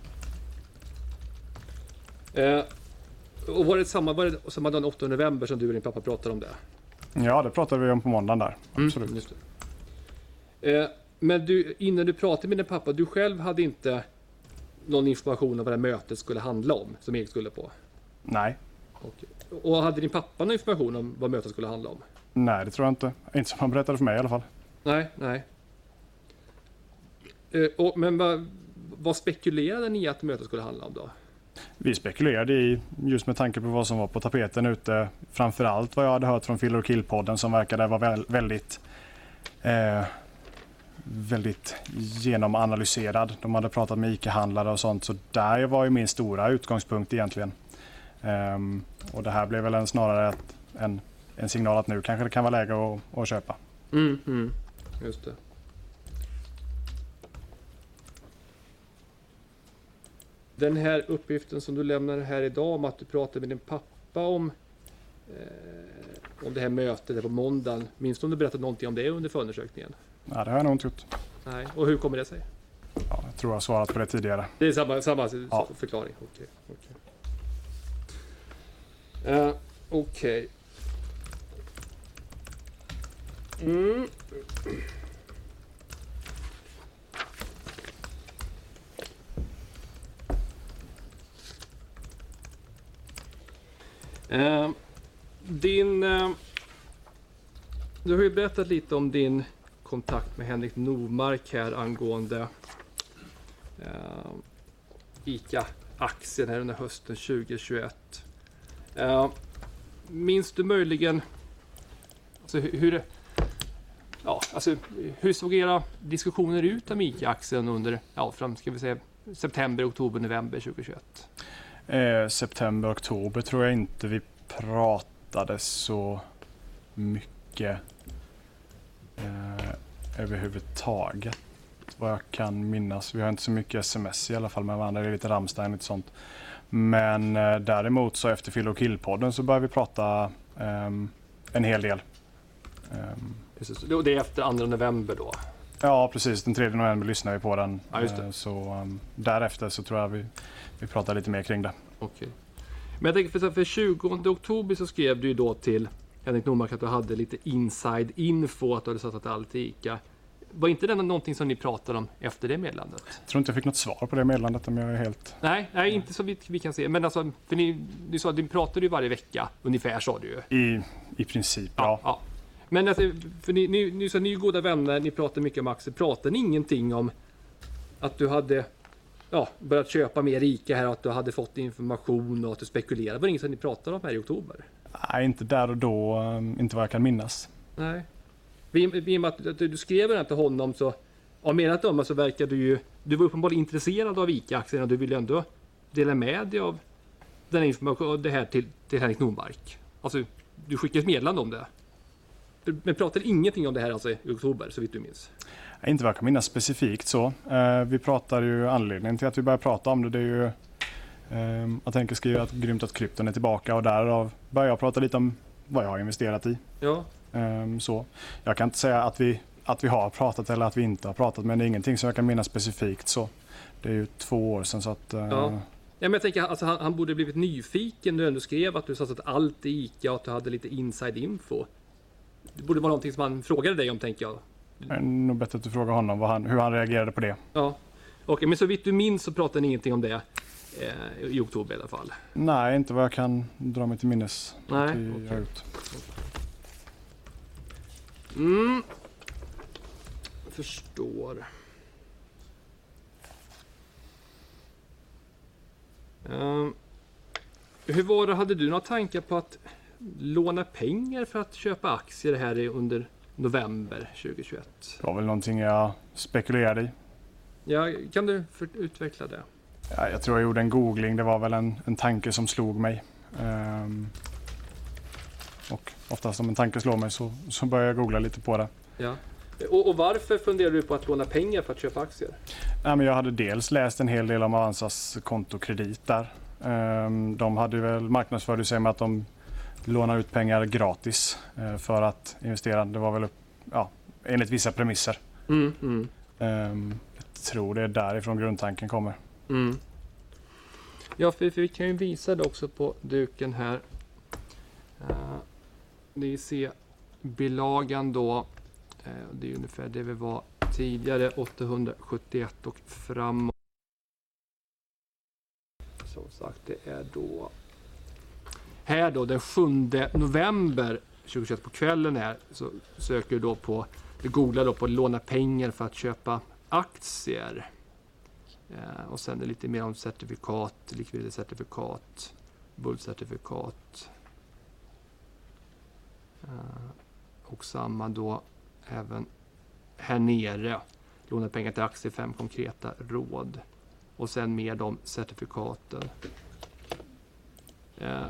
Eh, och var det samma, var det samma den åttonde november som du och din pappa pratade om det? ja, det pratade vi om på måndagen där. Absolut. Mm, just det. Eh, men du, innan du pratade med din pappa, du själv hade inte någon information om vad det här mötet skulle handla om, som Erik skulle på? Nej. Okej. Och hade din pappa någon information om vad mötet skulle handla om? Nej, det tror jag inte. Inte som han berättade för mig i alla fall. Nej, nej. Eh, och, men vad, vad spekulerade ni att mötet skulle handla om då? Vi spekulerade i, just med tanke på vad som var på tapeten ute, framförallt vad jag hade hört från Fill or Kill-podden som verkade vara väl, väldigt eh, väldigt genomanalyserad. De hade pratat med ICA-handlare och sånt, så där var ju min stora utgångspunkt egentligen. Um, och det här blev väl en, snarare ett, en, en signal att nu kanske det kan vara läge att, att köpa. Mm, mm. Just det. Den här uppgiften som du lämnar här idag om att du pratade med din pappa om eh, om det här mötet där på måndagen. Minns du om du berättade någonting om det under förundersökningen? Ja, det har jag nog inte gjort. Nej. Och hur kommer det sig? Ja, jag tror jag har svarat på det tidigare. Det är samma, samma Ja. förklaring. Okej. Okej. Uh, Okej. Mm. Uh, din... Uh, du har ju berättat lite om din kontakt med Henrik Normark här angående uh, ICA-aktien här under hösten tjugohundratjugoett. Uh, minns du möjligen alltså hur, hur, ja, alltså, hur såg era diskussioner ut om ICA-aktien under ja, fram, ska vi säga, september, oktober, november tjugohundratjugoett? Eh, september, oktober tror jag inte vi pratade så mycket eh, överhuvudtaget. Vad jag kan minnas. Vi har inte så mycket sms i alla fall med varandra. Det är lite Rammstein och sånt. Men eh, däremot så efter Fill or Kill-podden så började vi prata eh, en hel del. Um, Precis. Det är efter andra november då? Ja, precis. Den tredje november lyssnade vi på den. Ja, just det. Eh, så um, därefter så tror jag vi, vi pratar lite mer kring det. Okej. Men jag tänker för, för tjugonde oktober så skrev du ju då till Henrik Normark att du hade lite inside info att du hade satsat allt i ICA. Var inte det någonting som ni pratade om efter det meddelandet? Jag tror inte jag fick något svar på det meddelandet om jag är helt... Nej, nej inte så vitt vi kan se. Men alltså, för ni, du sa att ni pratade ju varje vecka, ungefär sa du ju. I, i princip, ja. Ja, ja. Men alltså, för ni, ni, ni, så ni är ju goda vänner, ni pratar mycket om aktier. Pratade ni ingenting om att du hade ja, börjat köpa mer ICA här, att du hade fått information och att du spekulerade? Var det inget som ni pratade om här i oktober? Nej, inte där och då. um, Inte vad jag kan minnas. Nej. I och med att du skrev den till honom så, ja, menat om så verkar du ju, du var uppenbarligen intresserad av ICA-aktierna och du ville ändå dela med dig av den informationen, det här till, till Henrik Normark. Alltså, du skickade ett meddelande om det. Men pratade ingenting om det här alltså i oktober, så vitt du minns? Nej, inte vad jag kan minnas specifikt så. Uh, vi pratar ju, anledningen till att vi börjar prata om det, det är ju um, att Henke skriver att grymt att krypton är tillbaka och därav börjar jag prata lite om vad jag har investerat i. Ja. Um, så. Jag kan inte säga att vi, att vi har pratat eller att vi inte har pratat, men det är ingenting som jag kan minnas specifikt så. Det är ju två år sedan så att... Uh... Ja. Ja, men jag tänker alltså, han, han borde blivit nyfiken när du ändå skrev att du satsat allt i ICA och att du hade lite inside info. Det borde vara någonting som han frågade dig om, tänker jag. Det är nog bättre att du frågar honom vad han, hur han reagerade på det. Ja, okej, men så vitt du minns så pratade ni ingenting om det eh, i oktober i alla fall? Nej, inte vad jag kan dra mig till minnes. Nej, vi okej. har gjort. Mm. Förstår. Um, hur var det, hade du några tankar på att låna pengar för att köpa aktier här i- under november tjugohundratjugoett? Det var väl någonting jag spekulerade i. Ja, kan du för- utveckla det? Ja, jag tror jag gjorde en googling. Det var väl en, en tanke som slog mig. Ehm, och oftast om en tanke slår mig så, så börjar jag googla lite på det. Ja. Och, och varför funderar du på att låna pengar för att köpa aktier? Ja, men jag hade dels läst en hel del om Avanzas kontokredit där. Um, de hade väl marknadsförde sig med att de lånar ut pengar gratis uh, för att investera. Det var väl upp, ja, enligt vissa premisser. Mm, mm. Um, jag tror det är därifrån grundtanken kommer. Mm. Ja, för, för vi kan ju visa det också på duken här. Uh, ni ser bilagan då. Uh, det är ungefär det vi var tidigare, åttahundrasjuttioett och framåt. Som sagt, det är då här då den sjunde november tjugohundratjugoett på kvällen här, så söker du då på, du googlar då på låna pengar för att köpa aktier. Eh, och sen är det lite mer om certifikat, likviditetscertifikat, bullcertifikat. Eh, och samma då även här nere, låna pengar till aktier, fem konkreta råd. Och sen med de certifikaten. Eh,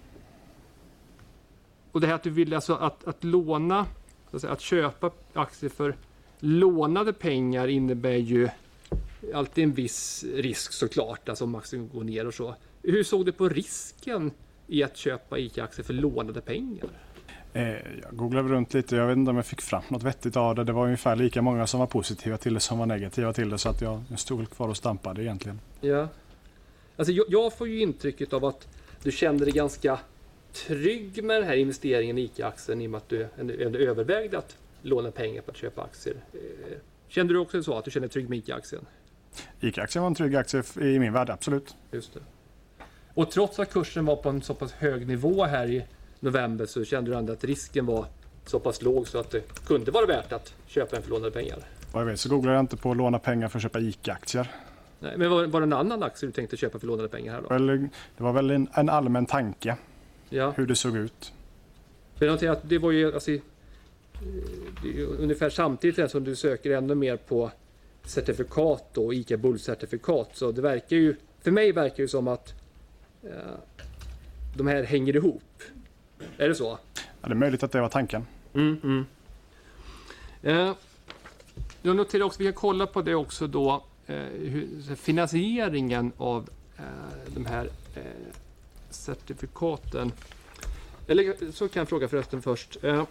och det här att du vill alltså att, att låna, så att, säga, att köpa aktier för lånade pengar innebär ju alltid en viss risk såklart, alltså om aktien går ner och så. Hur såg du på risken i att köpa I C A-aktier för lånade pengar? Eh, jag googlade runt lite, jag vet inte om jag fick fram något vettigt av det. Det var ungefär lika många som var positiva till det som var negativa till det, så att jag, jag stod kvar och stampade egentligen. Ja. Alltså jag, jag får ju intrycket av att du kände dig ganska trygg med den här investeringen i I C A-aktien i och med att du ändå övervägde att låna pengar på att köpa aktier. Eh, kände du också så att du kände dig trygg med I C A-aktien? I C A-aktien var en trygg aktie i min värld, absolut. Just det. Och trots att kursen var på en så pass hög nivå här i november så kände du ändå att risken var så pass låg så att det kunde vara värt att köpa en för lånade pengar? Vad jag vet så googlade jag inte på att låna pengar för att köpa I C A-aktier. Nej, men var, var det en annan aktie du tänkte köpa för lånade pengar här då? Väl, det var väl en, en allmän tanke Ja. hur det såg ut. För jag noterar att det var ju alltså, det är ju ungefär samtidigt som du söker ännu mer på certifikat och I C A Bull-certifikat, så det verkar ju, för mig verkar det som att eh, de här hänger ihop. Är det så? Ja, det är möjligt att det var tanken. Mm, mm. Eh, jag noterar också, vi kan kolla på det också då, eh, hur, finansieringen av eh, de här eh, certifikaten. Eller så kan jag fråga förresten först. Eh,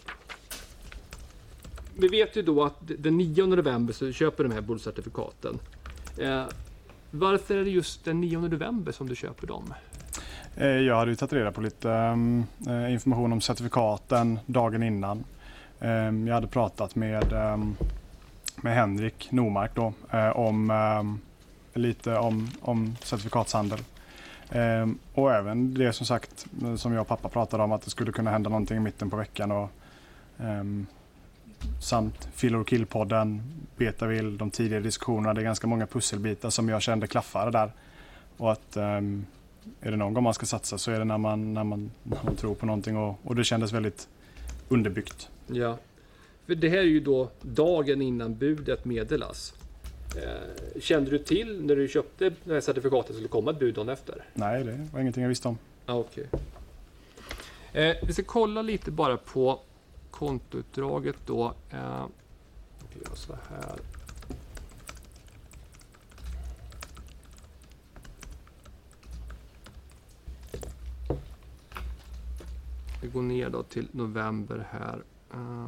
vi vet ju då att den nionde november så köper de här bullcertifikaten. Eh, varför är det just den nionde november som du köper dem? Eh, jag hade ju tagit reda på lite um, information om certifikaten dagen innan. Um, jag hade pratat med, um, med Henrik Normark då, uh, om um, lite om, om certifikatshandel. Um, och även det som sagt som jag och pappa pratade om, att det skulle kunna hända någonting i mitten på veckan. Och, um, samt Fill och Kill-podden, Betavill, de tidigare diskussionerna. Det är ganska många pusselbitar som jag kände klaffade där. Och att um, är det någon gång man ska satsa så är det när man, när man, när man tror på någonting. Och, och det kändes väldigt underbyggt. Ja, för det här är ju då dagen innan budet meddelas. Eh, kände du till när du köpte det här certifikatet skulle komma ett bud dagen efter? Nej, det var ingenting jag visste om. Ah, okej. Eh, vi ska kolla lite bara på kontoutdraget då. Eh, vi gör så här. Vi går ner då till november här. Uh.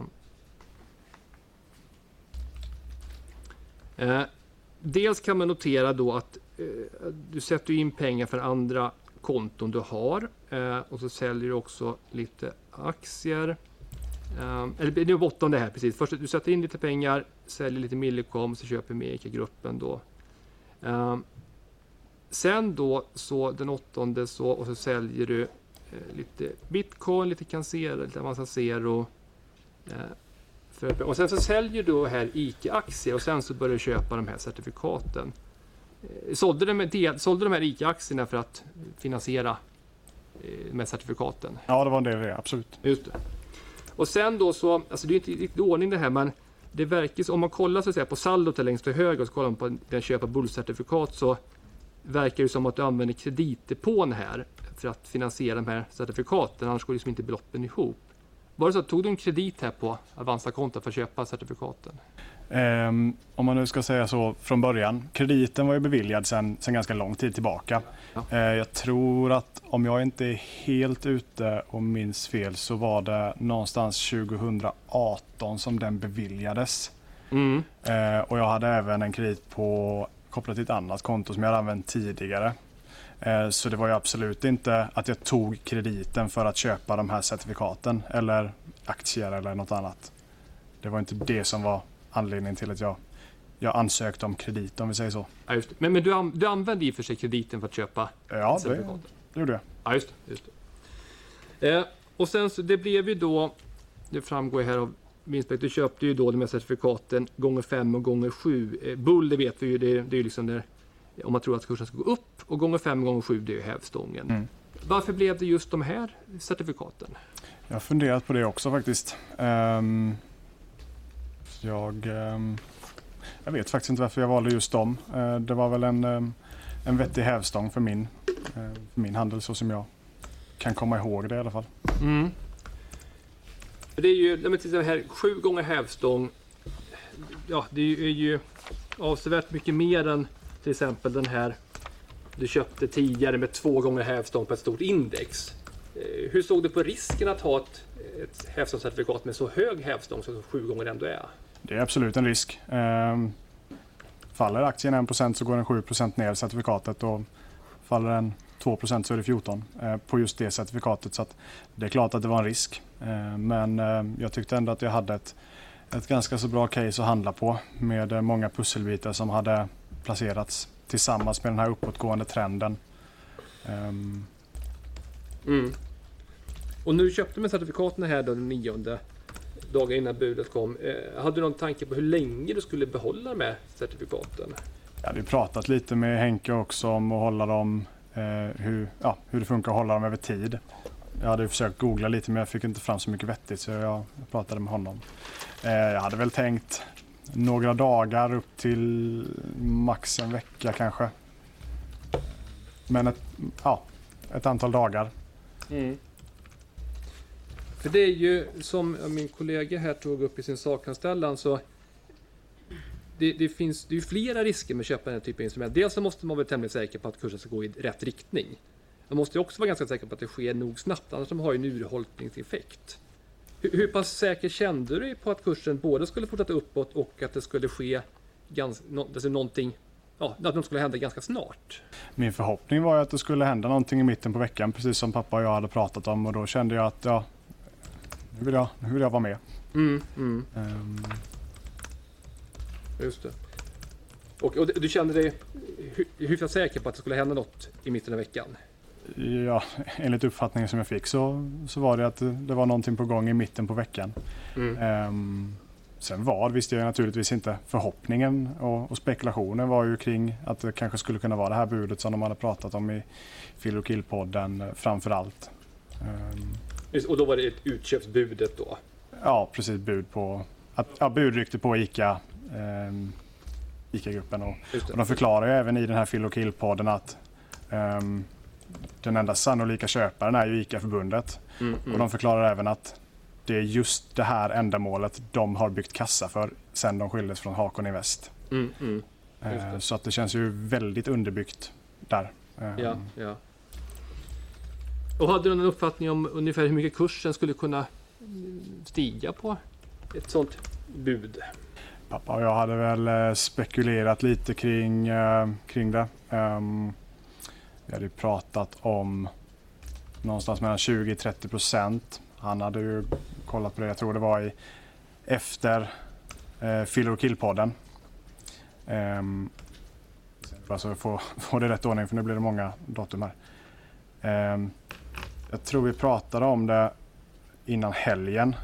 Eh, dels kan man notera då att eh, du sätter in pengar för andra konton du har. Eh, och så säljer du också lite aktier. Eh, eller det är botten det här precis. Först du sätter in lite pengar, säljer lite Millicom, så köper med I C A-gruppen då. Eh, sen då så den åttonde så och så säljer du lite Bitcoin, lite Cancera, lite Avanza Zero. Eh, för, och sen så säljer du här I C A-aktier och sen så börjar du köpa de här certifikaten. Eh, sålde, de, del, sålde de här I C A-aktierna för att finansiera eh, de här certifikaten? Ja, det var en del det, absolut. Just det. Och sen då så, alltså det är inte riktigt ordning det här, men det verkar, om man kollar så att säga på saldot längst till höger och så kollar man på den köpa bullcertifikat, så verkar det som att du använder kreditdepån här för att finansiera de här certifikaten, annars går liksom inte beloppen ihop. Var det så att tog du en kredit här på Avanza-kontot för att köpa certifikaten? Um, om man nu ska säga så från början. Krediten var ju beviljad sedan sen ganska lång tid tillbaka. Ja. Uh, jag tror att om jag inte är helt ute och minns fel så var det någonstans tjugohundraarton som den beviljades. Mm. Uh, och jag hade även en kredit på kopplat till ett annat konto som jag hade använt tidigare. Uh, så det var ju absolut inte att jag tog krediten för att köpa de här certifikaten eller aktier eller något annat. Det var inte det som var anledningen till att jag, jag ansökte om kredit, om vi säger så. Ja, just det. Men, men du, an, du använde i och för sig krediten för att köpa Ja, det, certifikaten? det gjorde jag. Ja, just det. Just det. Eh, och sen så det blev ju då, det framgår ju här av Winspect, du köpte ju då de här certifikaten gånger fem och gånger sju. Eh, bull, det vet vi ju, det, det är ju liksom där, om man tror att kursen ska gå upp, och gånger fem och gånger sju, det är ju hävstången. Mm. Varför blev det just de här certifikaten? Jag har funderat på det också faktiskt. Um, jag, um, jag vet faktiskt inte varför jag valde just dem. Uh, det var väl en, um, en vettig hävstång för min, uh, för min handel, så som jag kan komma ihåg det i alla fall. Mm. Det är ju, men till det här, sju gånger hävstång, ja, det är ju avsevärt mycket mer än till exempel den här du köpte tidigare med två gånger hävstång på ett stort index. Hur såg du på risken att ha ett, ett hävstångscertifikat med så hög hävstång som sju gånger ändå är? Det är absolut en risk. Ehm, faller aktien en procent så går den sju procent ner certifikatet, och faller den två procent så är det fjorton procent eh, på just det certifikatet. Så att det är klart att det var en risk. Ehm, men eh, jag tyckte ändå att jag hade ett, ett ganska så bra case att handla på med eh, många pusselbitar som hade placerats tillsammans med den här uppåtgående trenden. Ehm, Mm. Och nu köpte man certifikaten här då den nionde dagen innan budet kom. Eh, hade du någon tanke på hur länge du skulle behålla med certifikaten? Jag hade pratat lite med Henke också om att hålla dem, eh, hur, ja, hur det funkar att hålla dem över tid. Jag hade försökt googla lite men jag fick inte fram så mycket vettigt, så jag, jag pratade med honom. Eh, jag hade väl tänkt några dagar upp till max en vecka kanske. Men ett, ja, ett antal dagar. Mm. För det är ju som min kollega här tog upp i sin sakanställan, så det, det finns det är ju flera risker med att köpa den här typen av instrument. Dels så måste man vara tämligen säker på att kursen ska gå i rätt riktning. Man måste också vara ganska säker på att det sker nog snabbt, annars har ju en urholkningseffekt. Hur, hur pass säker kände du dig på att kursen både skulle fortsätta uppåt och att det skulle ske ganska, alltså någonting, ja, att något skulle hända ganska snart? Min förhoppning var att det skulle hända någonting i mitten på veckan, precis som pappa och jag hade pratat om, och då kände jag att ja, nu vill jag, nu vill jag vara med. Mm, mm. Um, Just det. Och, och du kände dig hyfsat säker på att det skulle hända något i mitten av veckan? Ja, enligt uppfattningen som jag fick så, så var det att det var någonting på gång i mitten på veckan. Mm. Um, sen vad visste jag naturligtvis inte. Förhoppningen och, och spekulationen var ju kring att det kanske skulle kunna vara det här budet som de hade pratat om i Phil och Kill-podden framför allt. Um, Just, och då var det ett utköpsbudet då? Ja, precis. Bud på, att, ja, budrykte på ICA, um, ICA-gruppen. Och, och de förklarar ju även i den här Phil och Kill-podden att um, den enda sannolika köparen är ju ICA-förbundet. Mm, mm. Och de förklarar även att det är just det här ändamålet de har byggt kassa för sen de skildes från Hakon Invest. Mm, mm. Uh, så att det känns ju väldigt underbyggt där. Uh, ja, ja. Och hade du en uppfattning om ungefär hur mycket kursen skulle kunna stiga på ett sånt bud? Pappa och jag hade väl spekulerat lite kring, uh, kring det. Um, vi hade ju pratat om någonstans mellan tjugo till trettio procent. Han hade ju kollat på det, jag tror det var i efter uh, Phil och Kill-podden. Um, bara så vi får, får det rätt ordning, för nu blir det många datum här. Um, jag tror vi pratade om det innan helgen.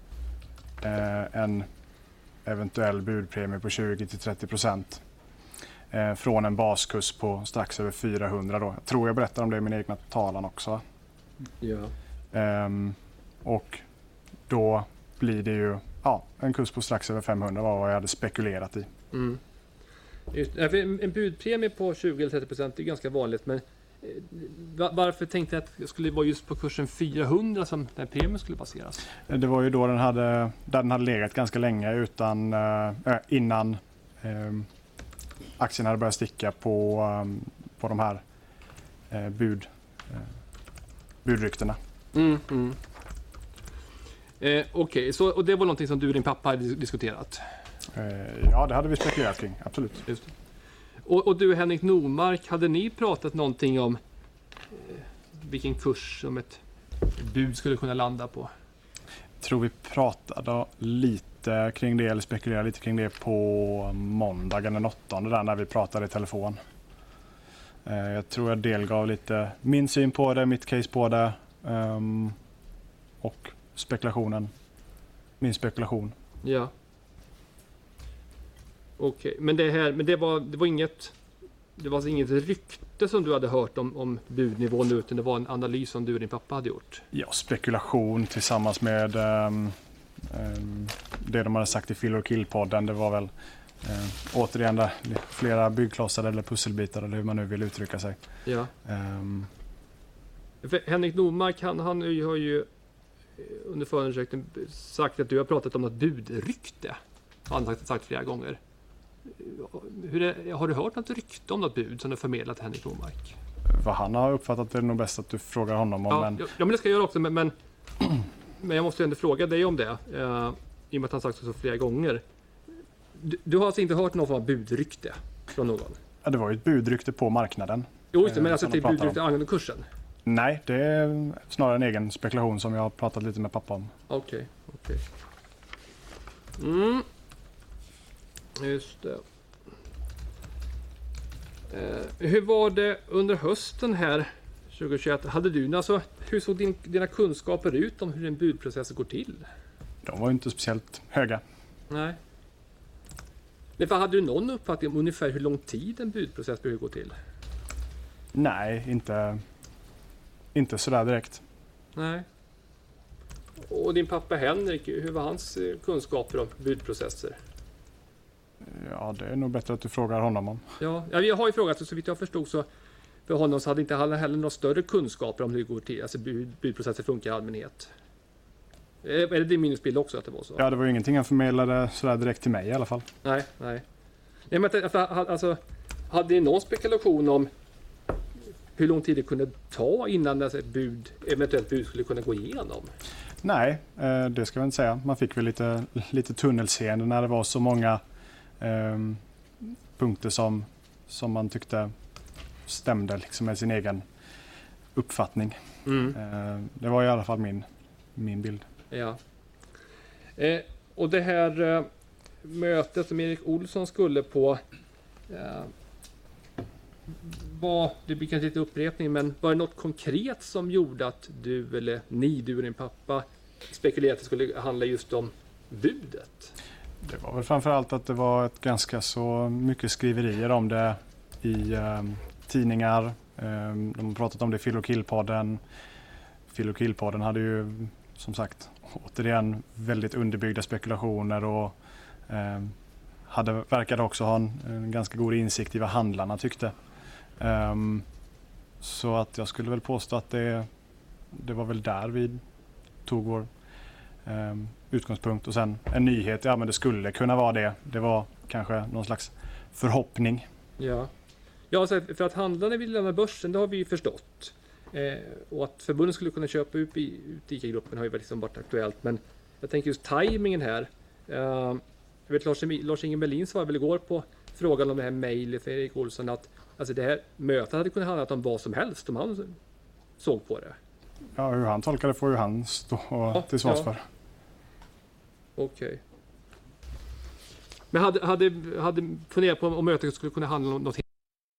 Uh, en eventuell budpremie på tjugo till trettio procent. Eh, från en baskurs på strax över fyrahundra då. Jag tror jag berättar om det i min egna talan också. Ja. Um, och då blir det ju ja, en kurs på strax över femhundra var vad jag hade spekulerat i. Mm. Just, en budpremie på tjugo till trettio procent är ganska vanligt, men Varför tänkte jag att det skulle vara just på kursen fyrahundra som den premien skulle baseras? Det var ju då den hade, där den hade legat ganska länge utan, äh, innan äh, aktien hade börjat sticka på, äh, på de här äh, bud, äh, budryktena. Mm, mm. Eh, Okej, okay. Så och det var någonting som du och din pappa hade diskuterat? Eh, ja, det hade vi spekulerat kring, absolut. Just det. Och, och du och Henrik Normark, hade ni pratat någonting om eh, vilken kurs som ett bud skulle kunna landa på? Jag tror vi pratade lite kring det, eller spekulerade lite kring det på måndagen den åttonde där när vi pratade i telefon. Eh, jag tror jag delgav lite min syn på det, mitt case på det um, och spekulationen, min spekulation. Ja. Okej, okay. Men det här, men det var, det var inget, det var alltså inget rykte som du hade hört om, om budnivån, utan det var en analys som du och din pappa hade gjort? Ja, spekulation tillsammans med um, um, det de hade sagt i Fill och Kill-podden. Det var väl um, återigen där, flera byggklossar eller pusselbitar eller hur man nu vill uttrycka sig. Ja. Um, För Henrik Normark, han, han har ju under förundersökningen sagt att du har pratat om något budrykte. Han har sagt flera gånger. Hur är, har du hört något rykte om något bud som du förmedlat till Henrik Normark? Vad han har uppfattat det är nog bäst att du frågar honom om. Ja, men... ja, men det ska jag göra också. Men, men, men jag måste ändå fråga dig om det. Uh, I och med att han sagt det så flera gånger. Du, du har alltså inte hört någon form av budrykte från någon? Ja, det var ju ett budrykte på marknaden. Jo, just det, men eh, alltså till budrykte angående kursen? Nej, det är snarare en egen spekulation som jag har pratat lite med pappa om. Okej, okay, okej. Okay. Mm. Just det. Eh, hur var det under hösten här tjugohundratjugoett? Hade du, alltså, hur såg din, dina kunskaper ut om hur en budprocess går till? De var ju inte speciellt höga. Nej. Men för hade du någon uppfattning om ungefär hur lång tid en budprocess behöver gå till? Nej, inte, inte sådär direkt. Nej. Och din pappa Henrik, hur var hans kunskaper om budprocesser? Ja, det är nog bättre att du frågar honom om. Ja, jag har ju frågat, så vitt jag förstod så för honom så hade inte han heller några större kunskaper om hur det går till, alltså bud, budprocesser funkar i allmänhet. Är det din minnesbild också att det var så? Ja, det var ju ingenting han förmedlade sådär direkt till mig i alla fall. Nej, nej. nej men, alltså, hade ni någon spekulation om hur lång tid det kunde ta innan ett bud, eventuellt bud skulle kunna gå igenom? Nej, det ska jag inte säga. Man fick väl lite, lite tunnelseende när det var så många eh, punkter som, som man tyckte stämde liksom med sin egen uppfattning. Mm. Eh, det var i alla fall min, min bild. Ja. Eh, och det här eh, mötet som Erik Olsson skulle på eh, var, det blir kanske lite upprepning, men var det något konkret som gjorde att du eller ni, du och din pappa spekulerade att det skulle handla just om budet? Det var väl framförallt att det var ett ganska så mycket skriverier om det i eh, tidningar. Eh, de har pratat om det i Fill och Kill-podden. Fill och Kill-podden hade ju som sagt återigen väldigt underbyggda spekulationer och eh, hade, verkade också ha en, en ganska god insikt i vad handlarna tyckte. Um, så att jag skulle väl påstå att det, det var väl där vi tog vår um, utgångspunkt. Och sen en nyhet, ja men det skulle kunna vara det. Det var kanske någon slags förhoppning. Ja, ja så för att handlarna vill lämna börsen, det har vi ju förstått. Eh, och att förbundet skulle kunna köpa upp i, ut I C A-gruppen har ju liksom varit aktuellt. Men jag tänker just tajmingen här. Eh, jag vet Lars, Lars-Inge Melin svarade väl igår på frågan om det här mejlet för Erik Olsson att alltså det här mötet hade kunnat handla om vad som helst om han såg på det. Ja, hur han tolkar det får ju han stå ja, till svars ja. för. Okej. Okay. Men hade, hade, hade funderat på om mötet skulle kunna handla om något helt.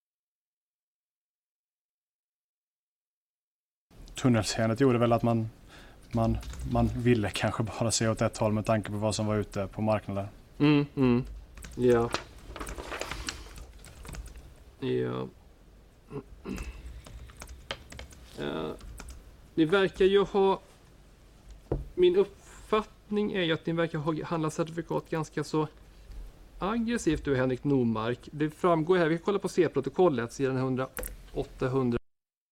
Tunnelseendet gjorde väl att man, man, man ville kanske bara se åt ett håll med tanke på vad som var ute på marknaden. Mm, mm. Ja. Ja. Uh, ni verkar ju ha, min uppfattning är ju att ni verkar ha handlat certifikat ganska så aggressivt du Henrik Normark. Det framgår här, vi kan kolla på C-protokollet sidan hundra, åttahundra.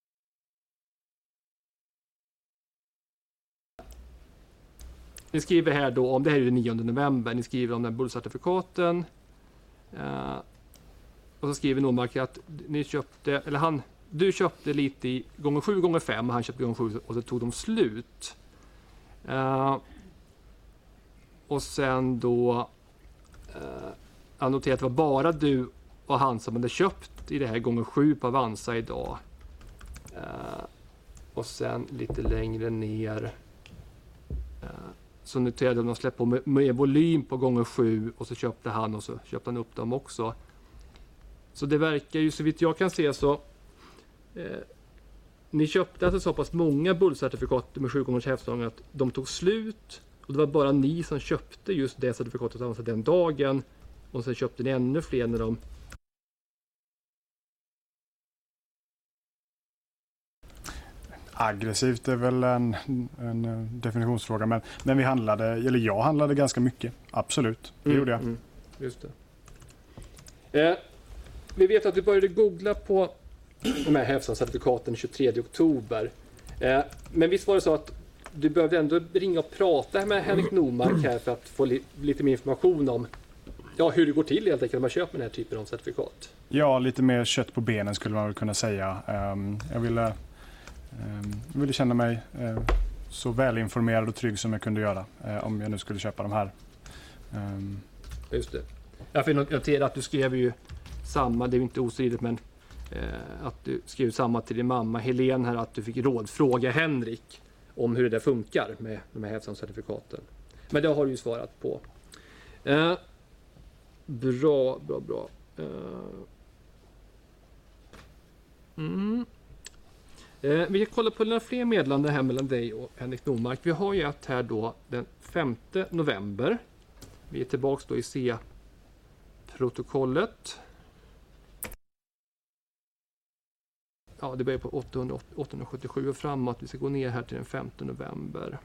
ni skriver här då om, det här är den nionde november, ni skriver om den här bullcertifikaten. Uh, och så skriver Normark att ni köpte, eller han, du köpte lite i gånger sju gånger fem och han köpte gånger sju och så tog de slut. Uh, och sen då uh, han noterade att det var bara du och han som hade köpt i det här gånger sju på Avanza idag. Uh, och sen lite längre ner uh, så noterade de att de släppte på med, med volym på gånger sju och så köpte han och så köpte han upp dem också. Så det verkar ju, så vitt jag kan se så eh, ni köpte alltså så pass många bullcertifikat med sju gångers hävstång att de tog slut och det var bara ni som köpte just det certifikatet alltså den dagen och sen köpte ni ännu fler när de aggressivt är väl en, en definitionsfråga, men, men vi handlade, eller jag handlade ganska mycket, absolut, det mm, gjorde jag. Mm, just det. Eh, vi vet att du började googla på de här hävstångscertifikaten tjugotredje oktober, eh, men visst var det så att du behövde ändå ringa och prata med Henrik Normark här för att få li- lite mer information om ja, hur det går till helt enkelt när man köper den här typen av certifikat? Ja, lite mer kött på benen skulle man väl kunna säga. Um, jag ville Jag ville känna mig eh, så välinformerad och trygg som jag kunde göra eh, om jag nu skulle köpa de här. Um. Just det. Jag får notera att du skrev ju samma, det är ju inte ostridigt, men eh, att du skrev samma till din mamma Helene här, att du fick rådfråga Henrik om hur det där funkar med de här hävstångscertifikaten. Men det har du ju svarat på. Eh, bra, bra, bra. Eh, mm. Eh, vi kan kolla på några fler meddelanden här mellan dig och Henrik Normark. Vi har ju ett här då den femte november. Vi är tillbaks då i C-protokollet. Ja, det börjar på åttahundra, åttahundrasjuttiosju och framåt. Vi ska gå ner här till den femte november.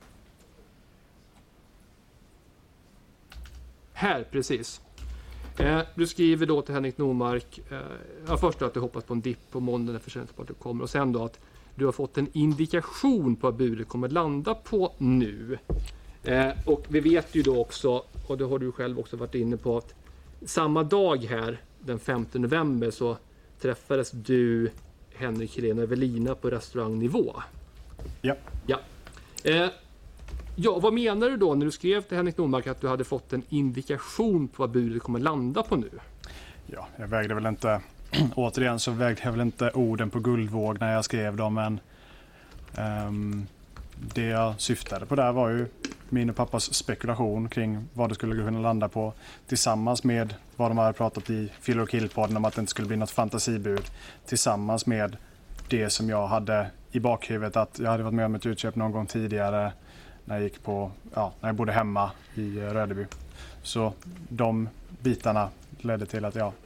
Här, precis. Eh, du skriver då till Henrik Normark, eh, ja, först då att du hoppas på en dipp på måndag när försäljningsrapporten kommer och sen då att du har fått en indikation på vad budet kommer landa på nu. Eh, och vi vet ju då också, och det har du själv också varit inne på, att samma dag här, den femte november, så träffades du, Henrik, Helene och Evelina på restaurangnivå. Ja. Ja. Eh, Ja, vad menar du då när du skrev till Henrik Normark att du hade fått en indikation på vad budet kommer landa på nu? Ja, jag vägde väl inte, återigen så vägde jag väl inte orden på guldvåg när jag skrev dem, men um, det jag syftade på där var ju min och pappas spekulation kring vad det skulle kunna landa på tillsammans med vad de hade pratat i Filler och Kill-podden om att det inte skulle bli något fantasibud, tillsammans med det som jag hade i bakhuvudet att jag hade varit med om ett utköp någon gång tidigare när jag gick på, ja, när jag bodde hemma i Rödeby. Så de bitarna ledde till att jag...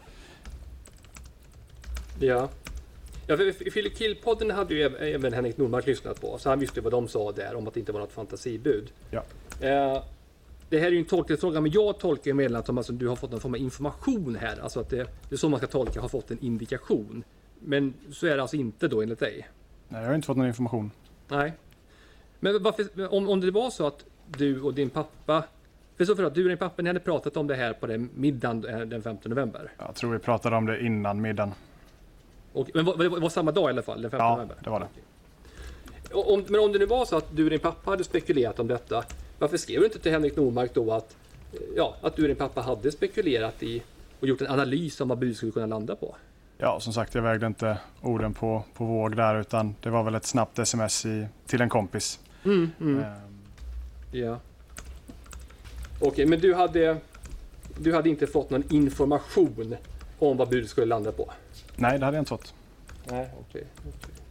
Ja. Ja, för Filler och Kill-podden hade ju även Henrik Normark lyssnat på, så han visste vad de sa där om att det inte var något fantasibud. Ja. Eh, det här är ju en tolkningsfråga, men jag tolkar ju meddelandet som att alltså, du har fått någon form av information här. Alltså att det, det är så man ska tolka, har fått en indikation. Men så är det alltså inte då enligt dig? Nej, jag har inte fått någon information. Nej. Men varför, om, om det var så att du och din pappa, för så för att du och din pappa, ni hade pratat om det här på den middagen den femte november? Jag tror vi pratade om det innan middagen. Och, men var, det var samma dag i alla fall, den femte ja, november? Ja, det var det. Och om, men om det nu var så att du och din pappa hade spekulerat om detta, varför skrev du inte till Henrik Normark då att, ja, att du och din pappa hade spekulerat i och gjort en analys om vad bud skulle kunna landa på? Ja, som sagt, jag vägde inte orden på, på våg där, utan det var väl ett snabbt sms i, till en kompis. Mm, mm. Um. Ja. Okej, okay, men du hade, du hade inte fått någon information om vad budet skulle landa på? Nej, det hade jag inte fått. Nej, okej. Okay,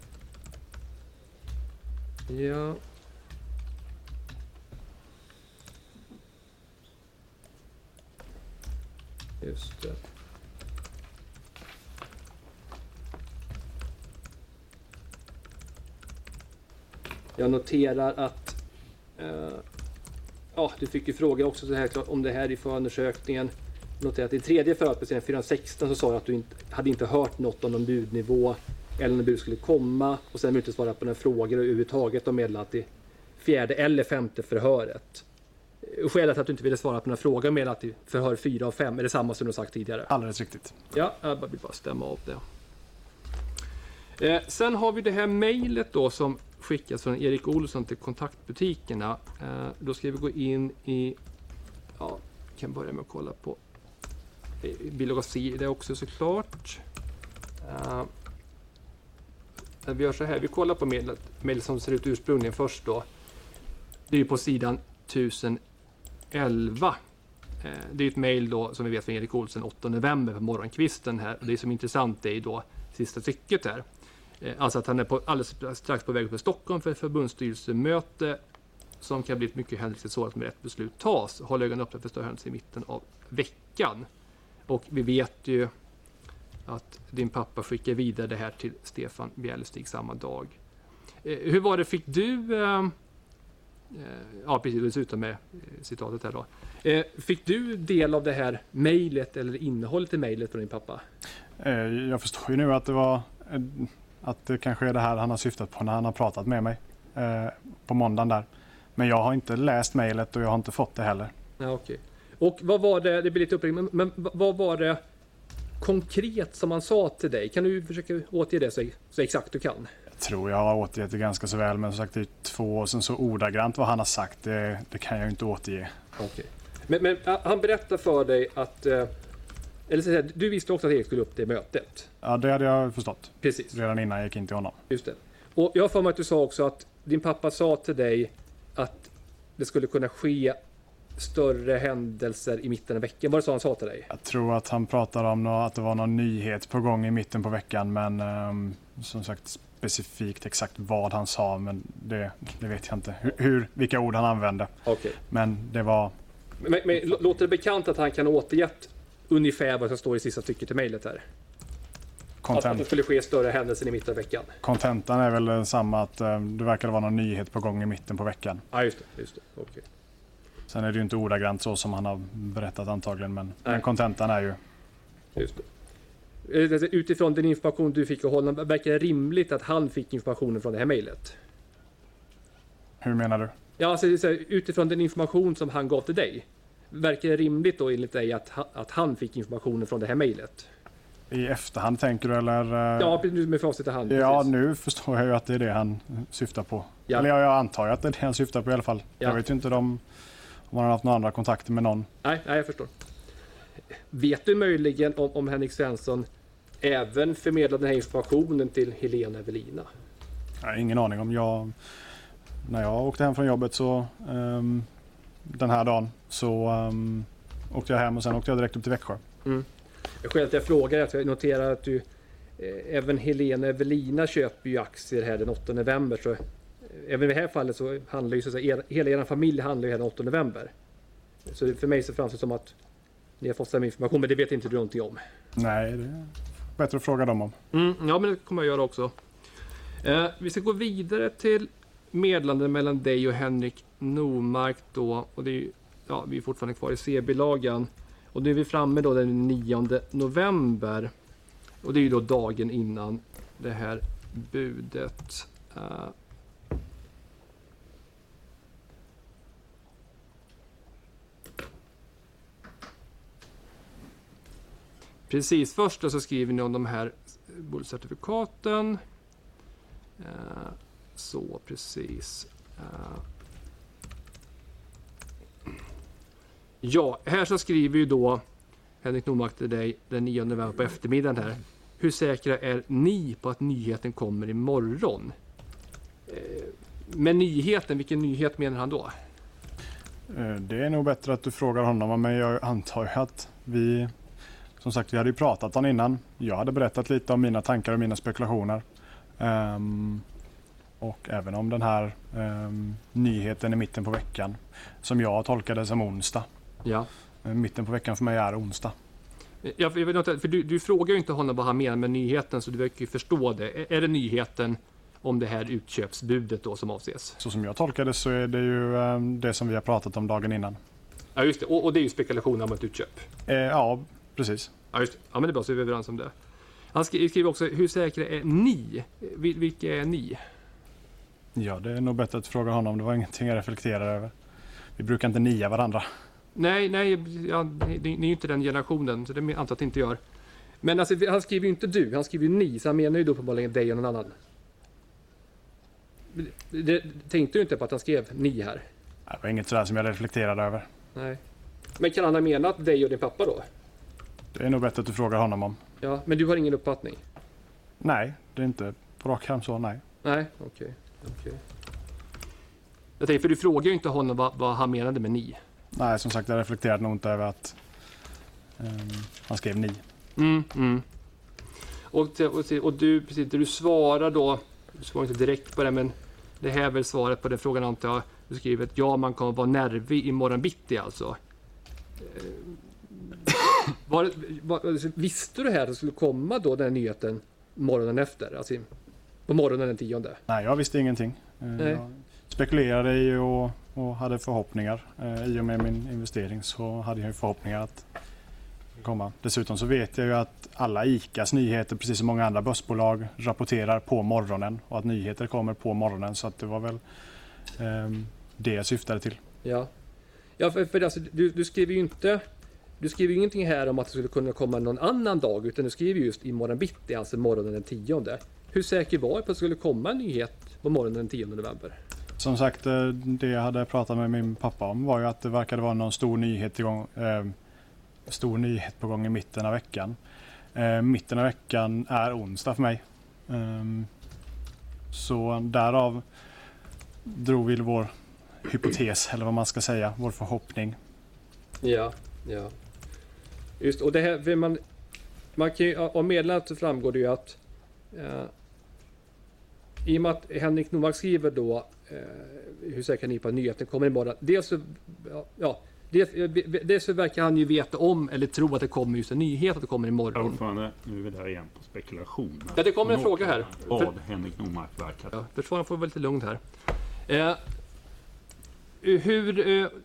okay. Ja. Just det. Jag noterar att eh, ja, du fick ju fråga också så här klart om det här i förundersökningen. Jag noterar att i tredje förhörsprocessen fyrahundrasexton så sa du att du inte, hade inte hört något om någon budnivå eller när bud skulle komma, och sen inte svara på några frågor överhuvudtaget och meddela att i fjärde eller femte förhöret. Skälet att du inte ville svara på några frågor med att förhör fyra och fem är det samma som du sagt tidigare. Alldeles riktigt. Ja, jag vill bara stämma av det. Eh, sen har vi det här mejlet då som skickas från Erik Olsson till kontaktbutikerna. Eh, då ska vi gå in i, ja, kan börja med att kolla på bilaga C det också såklart. Eh, vi gör så här, vi kollar på mejlet, mejl som ser ut ursprungligen först då. Det är ju på sidan tusen elva. Eh, det är ett mejl då som vi vet från Erik Olsson åttonde november på morgonkvisten här. Och det som är intressant är då sista stycket här. Eh, alltså att han är på, alldeles strax på väg upp till Stockholm för ett förbundsstyrelsemöte som kan bli ett mycket händelseligt sådant med rätt beslut tas. Håll ögonen öppna för större händelser i mitten av veckan. Och vi vet ju att din pappa skickar vidare det här till Stefan Bjälstig samma dag. Eh, hur var det, fick du... Eh, Ja, precis. Det slutar med citatet här då. Eh, fick du del av det här mejlet eller innehållet i mejlet från din pappa? Eh, jag förstår ju nu att det var eh, att det kanske är det här han har syftat på när han har pratat med mig eh, på måndagen där. Men jag har inte läst mejlet och jag har inte fått det heller. Ja, okej. Och vad var det, det blir lite upprepning, men, men vad var det konkret som han sa till dig? Kan du försöka återge det så, så exakt du kan? Jag tror jag har återgett det ganska så väl, men som sagt det är två år sedan så ordagrant vad han har sagt, det, det kan jag ju inte återge. Okej. Men, men han berättar för dig att, eller så här, du visste också att Erik skulle upp det mötet? Ja, det hade jag förstått. Precis. Redan innan jag gick in till honom. Just det. Och jag har för mig att du sa också att din pappa sa till dig att det skulle kunna ske större händelser i mitten av veckan. Vad det så han sa till dig? Jag tror att han pratade om något, att det var någon nyhet på gång i mitten på veckan, men um, som sagt specifikt exakt vad han sa, men det, det vet jag inte. Hur, hur, vilka ord han använde. Okay. Men det var... Men, men låter det bekant att han kan återgett ungefär vad som står i sista stycket i mejlet här? Content. Att det skulle ske större händelser i mitten av veckan. Kontentan är väl samma, att um, det verkar vara någon nyhet på gång i mitten på veckan. Ja, just det. Just det. Okay. Sen är det ju inte ordagrant så som han har berättat antagligen, men, men kontentan är ju... Just det. Utifrån den information du fick av honom, verkar det rimligt att han fick informationen från det här mejlet? Hur menar du? Ja, alltså, utifrån den information som han gav till dig, verkar det rimligt då enligt dig att, att han fick informationen från det här mejlet? I efterhand tänker du, eller? Ja, med facit i hand. Ja, precis. Nu förstår jag ju att det är det han syftar på. Ja. Eller jag, jag antar att det är det han syftar på i alla fall. Ja. Jag vet ju inte om, om han har haft några andra kontakter med någon. Nej, nej, jag förstår. Vet du möjligen om, om Henrik Svensson även förmedlade den här informationen till Helena Evelina? Nej, ingen aning om. Jag, när jag åkte hem från jobbet så um, den här dagen så um, åkte jag hem och sen åkte jag direkt upp till Växjö. Mm. Skälet till att jag frågar är att jag noterar att du eh, även Helena Evelina köper ju aktier här den åttonde november, så eh, även i det här fallet så handlar ju så att säga, er, hela er familj handlar ju här den åttonde november. Så för mig så framstår det som att ni har fått samma information, men det vet inte du någonting om. Nej, det är bättre att fråga dem om. Mm, ja, men det kommer jag göra också. Eh, vi ska gå vidare till meddelanden mellan dig och Henrik Normark då, och det är ju, ja, vi är fortfarande kvar i C-bilagan. Och nu är vi framme då den nionde november. Och det är ju då dagen innan det här budet. Uh, Precis, först då så skriver ni om de här bolagscertifikaten. Uh, så precis. Uh, Ja, här så skriver ju då Henrik Normark till dig den nionde november på eftermiddagen här. Hur säkra är ni på att nyheten kommer imorgon? Eh, med nyheten, vilken nyhet menar han då? Det är nog bättre att du frågar honom, men jag antar ju att vi, som sagt, vi hade ju pratat om innan. Jag hade berättat lite om mina tankar och mina spekulationer. Um, och även om den här um, nyheten i mitten på veckan, som jag tolkade som onsdag. Ja. Mitten på veckan för mig är onsdag. Jag vet inte, för du, du frågar ju inte honom vad han menar med nyheten, så du verkar ju förstå det. Är, är det nyheten om det här utköpsbudet då som avses? Så som jag tolkade så är det ju um, det som vi har pratat om dagen innan. Ja, just det. Och, och det är ju spekulation om ett utköp. Eh, ja, precis. Ja, just det. Ja, men det är bra, så är vi överens om det. Han skriver också, hur säkra är ni? Vil, vilka är ni? Ja, det är nog bättre att fråga honom. Det var ingenting jag reflekterade över. Vi brukar inte nia varandra. Nej, nej, ja, ni, ni är ju inte den generationen, så det antar jag att det inte gör. Men alltså, han skriver ju inte du, han skriver ju ni, så han menar ju då uppenbarligen dig och någon annan. Det, tänkte du inte på att han skrev ni här? Det var inget sådär som jag reflekterade över. Nej. Men kan han ha menat dig och din pappa då? Det är nog bättre att du frågar honom om. Ja, men du har ingen uppfattning? Nej, det är inte på rak arm så, nej. Nej, okej. Okay. Okay. Jag tänkte, för du frågar ju inte honom vad, vad han menade med ni. Nej, som sagt, jag reflekterade nog inte över att um, han skrev ni. Mm, mm. Och, och, och du, precis, du svarar då, du svarar inte direkt på det, men det här är väl svaret på den frågan antar jag. Du skriver att ja, man kommer vara nervig imorgon bitti alltså. Var, var, visste du här att det skulle komma då den här nyheten morgonen efter? Alltså på morgonen den tionde? Nej, jag visste ingenting. Nej. Jag spekulerade i och, och hade förhoppningar. I och med min investering så hade jag förhoppningar att komma. Dessutom så vet jag ju att alla ICAs nyheter, precis som många andra börsbolag, rapporterar på morgonen och att nyheter kommer på morgonen, så att det var väl um, det jag syftade till. Ja, ja för, för alltså, du, du skriver ju inte du skriver ju ingenting här om att det skulle kunna komma någon annan dag, utan du skriver just imorgon bitti, alltså morgonen den tionde. Hur säker var du på att det skulle komma en nyhet på morgonen den tionde november? Som sagt, det jag hade pratat med min pappa om var ju att det verkade vara någon stor nyhet igång, eh, stor nyhet på gång i mitten av veckan. Eh, mitten av veckan är onsdag för mig. Eh, så därav drog vi vår hypotes, eller vad man ska säga, vår förhoppning. Ja, ja. Just, och det här, man, man kan ju, av meddelandet så framgår det ju att eh, i och med att Henrik Normark skriver då eh, hur säker ni på att nyheten kommer imorgon. Dels så, ja, dels, dels så verkar han ju veta om eller tro att det kommer just en nyhet att det kommer imorgon. Ordförande, nu är vi där igen på spekulation. Ja, det kommer en Nå- fråga här. Vad För, Henrik Normark verkar. ja, försvararen får vara lite lugnt här. Eh, hur... Eh,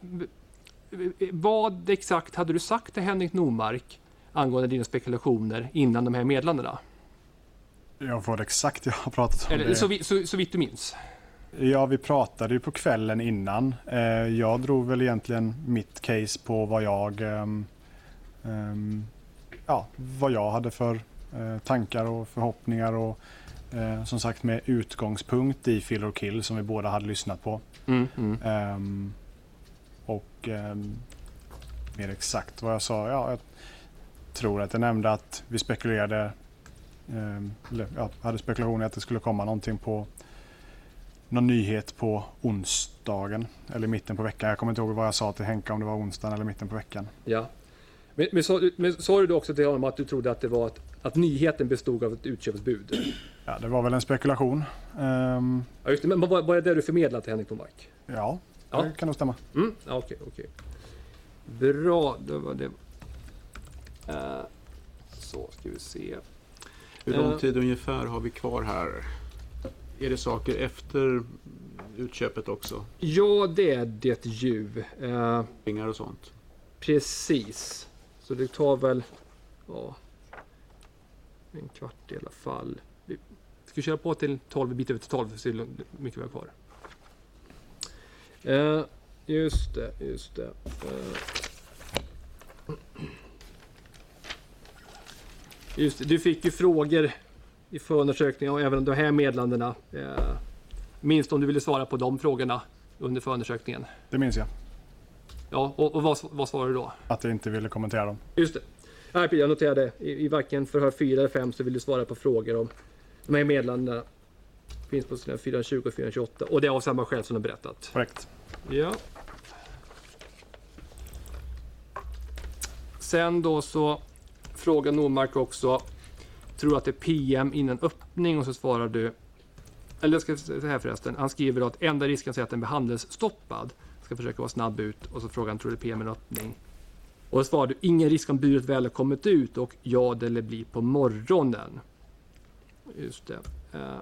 vad exakt hade du sagt till Henrik Normark angående dina spekulationer innan de här meddelandena? Jag får exakt jag har pratat om Eller, det. så, vi, så, så vitt du minns? Ja, vi pratade ju på kvällen innan. Eh, jag drog väl egentligen mitt case på vad jag um, um, ja, vad jag hade för uh, tankar och förhoppningar och uh, som sagt med utgångspunkt i Fill or Kill som vi båda hade lyssnat på. Mm, mm. Um, och um, mer exakt vad jag sa. Ja, jag tror att jag nämnde att vi spekulerade um, eller, ja, hade spekulationer att det skulle komma någonting på någon nyhet på onsdagen eller mitten på veckan. Jag kommer inte ihåg vad jag sa till Henka, om det var onsdagen eller mitten på veckan. Ja. Men, men, så, men sa du då också till honom att du trodde att det var att, att nyheten bestod av ett utköpsbud? Ja, det var väl en spekulation. Um, Ja, just det. Men vad, vad är det du förmedlar till Henrik Normark? ja, Ja. det kan nog stämma. Mm, ja, okej, okej. Bra, då var det... Uh, så, ska vi se. Hur lång Eh. tid ungefär har vi kvar här? Är det saker efter utköpet också? Ja, det är det ju. Uh, Pengar och sånt? precis. Så det tar väl... Ja, en kvart i alla fall. Vi ska köra på till tolv, bit över till tolv, så är det mycket vi har kvar. Uh, just det, just det. Uh, just det, du fick ju frågor i förundersökningen och även de här meddelandena. Uh, minst om du ville svara på de frågorna under förundersökningen. Det minns jag. Ja, och, och vad, vad svarade du då? Att jag inte ville kommentera dem. Just det. Nej, jag noterade. I, i varken förhör fyra eller fem så vill du svara på frågor om de här meddelandena. Finns på sidan fyrahundratjugo och fyrahundratjugoåtta. Och det är av samma skäl som du berättat. Korrekt. Ja. Sen då så frågar Normark också. Tror du att det är P M innan öppning? Och så svarar du. Eller jag ska säga här förresten. Han skriver då att enda risken är att den blir handelsstoppad. Ska försöka vara snabb ut. Och så frågar han, tror du P M innan öppning? Och så svarar du, ingen risk om budet väl har kommit ut. Och ja, det eller blir på morgonen. Just det. Uh.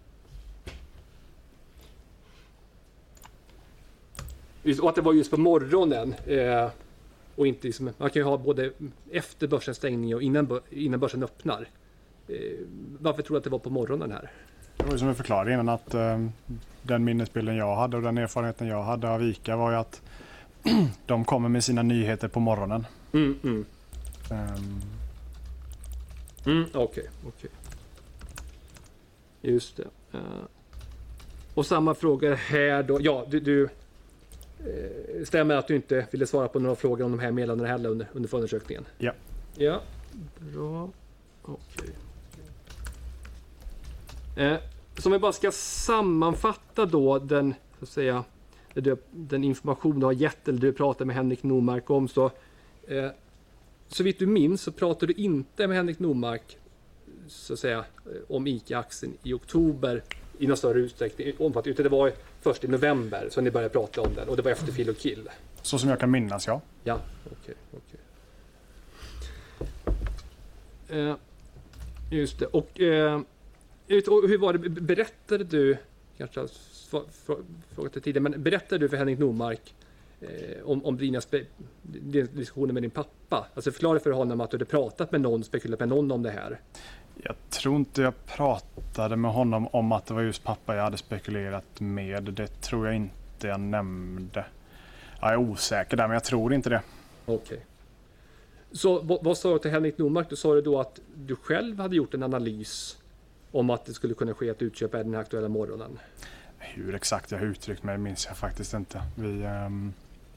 Just, och att det var just på morgonen. Uh, och inte liksom, man kan ju ha både efter börsens stängning och innan, innan börsen öppnar. Uh, varför tror du att det var på morgonen här? Det var ju som jag förklarade innan att um, den minnesbilden jag hade och den erfarenheten jag hade av ICA var ju att de kommer med sina nyheter på morgonen. Mm, mm. Um, Mm, okej, okay, okej. Okay. Just det. Uh, och samma fråga här då. Ja, du, du uh, stämmer att du inte ville svara på några frågor om de här meddelandena heller under, under förundersökningen? Ja. Ja, bra. Okej. Okay. Uh, som jag bara ska sammanfatta då den, så att säga, den information du har gett eller du pratar med Henrik Normark om, så uh, så vitt du minns så pratade du inte med Henrik Normark, så att säga, om ICA-aktien i oktober i någon större utsträckning. Utan det var först i november så ni började prata om den och det var efter Phil och Kill. Så som jag kan minnas, ja. Ja, okej. Okay, okay. uh, just det. Och, uh, och hur var det, berättade du, kanske jag frågat det tidigare, men berättade du för Henrik Normark Eh, om, om dina spe- diskussioner med din pappa? Alltså förklara för honom att du hade pratat med någon, spekulerat med någon om det här. Jag tror inte jag pratade med honom om att det var just pappa jag hade spekulerat med. Det tror jag inte jag nämnde. Jag är osäker där, men jag tror inte det. Okej. Okay. Så vad, vad sa du till Henrik Normark? Du sa du då att du själv hade gjort en analys om att det skulle kunna ske ett utköp den här aktuella morgonen? Hur exakt jag har uttryckt mig minns jag faktiskt inte. Vi... Um...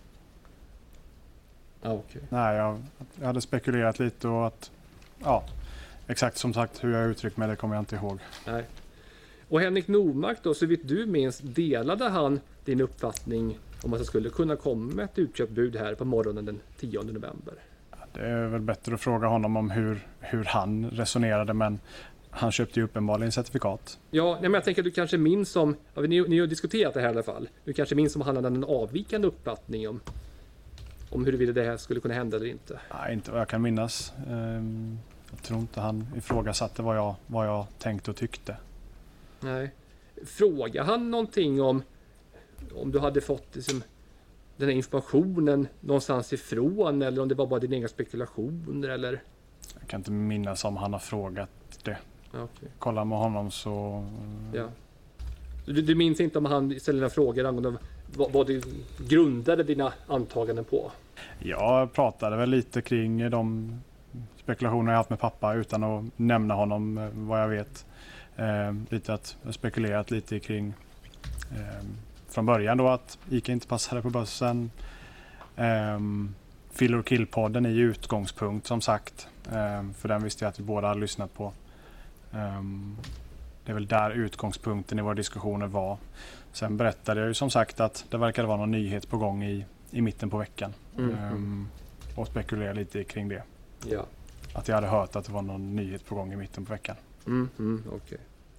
Ah, okay. Nej, jag, jag hade spekulerat lite och att, ja, exakt som sagt hur jag uttryckt mig, det kommer jag inte ihåg. Nej. Och Henrik Normark då, så vitt du minns, delade han din uppfattning om att det skulle kunna komma ett utköpbud här på morgonen den tionde november? Det är väl bättre att fråga honom om hur, hur han resonerade, men han köpte ju uppenbarligen certifikat. Ja, men jag tänker att du kanske minns om, ja, ni, ni har diskuterat det här i alla fall, du kanske minns om han hade en avvikande uppfattning om om huruvida det här skulle kunna hända eller inte? Nej, inte vad jag kan minnas. Jag tror inte han ifrågasatte vad jag, vad jag tänkte och tyckte. Nej. Frågade han någonting om om du hade fått liksom, den här informationen någonstans ifrån eller om det var bara dina egna spekulationer eller? Jag kan inte minnas om han har frågat det. Okay. Kolla med honom så... Ja. Du, du minns inte om han ställde några frågor angående vad, vad du grundade dina antaganden på? Jag pratade väl lite kring de spekulationer jag haft med pappa utan att nämna honom vad jag vet. Eh, lite att jag spekulerat lite kring eh, från början då att ICA inte passade på börsen. Eh, Phil och Kill-podden är ju utgångspunkt som sagt. Eh, för den visste jag att vi båda hade lyssnat på. Eh, det är väl där utgångspunkten i våra diskussioner var. Sen berättade jag ju som sagt att det verkade vara någon nyhet på gång i, i mitten på veckan. Mm. Um, och spekulera lite kring det. Ja. Att jag hade hört att det var någon nyhet på gång i mitten på veckan. Mm, mm, okay.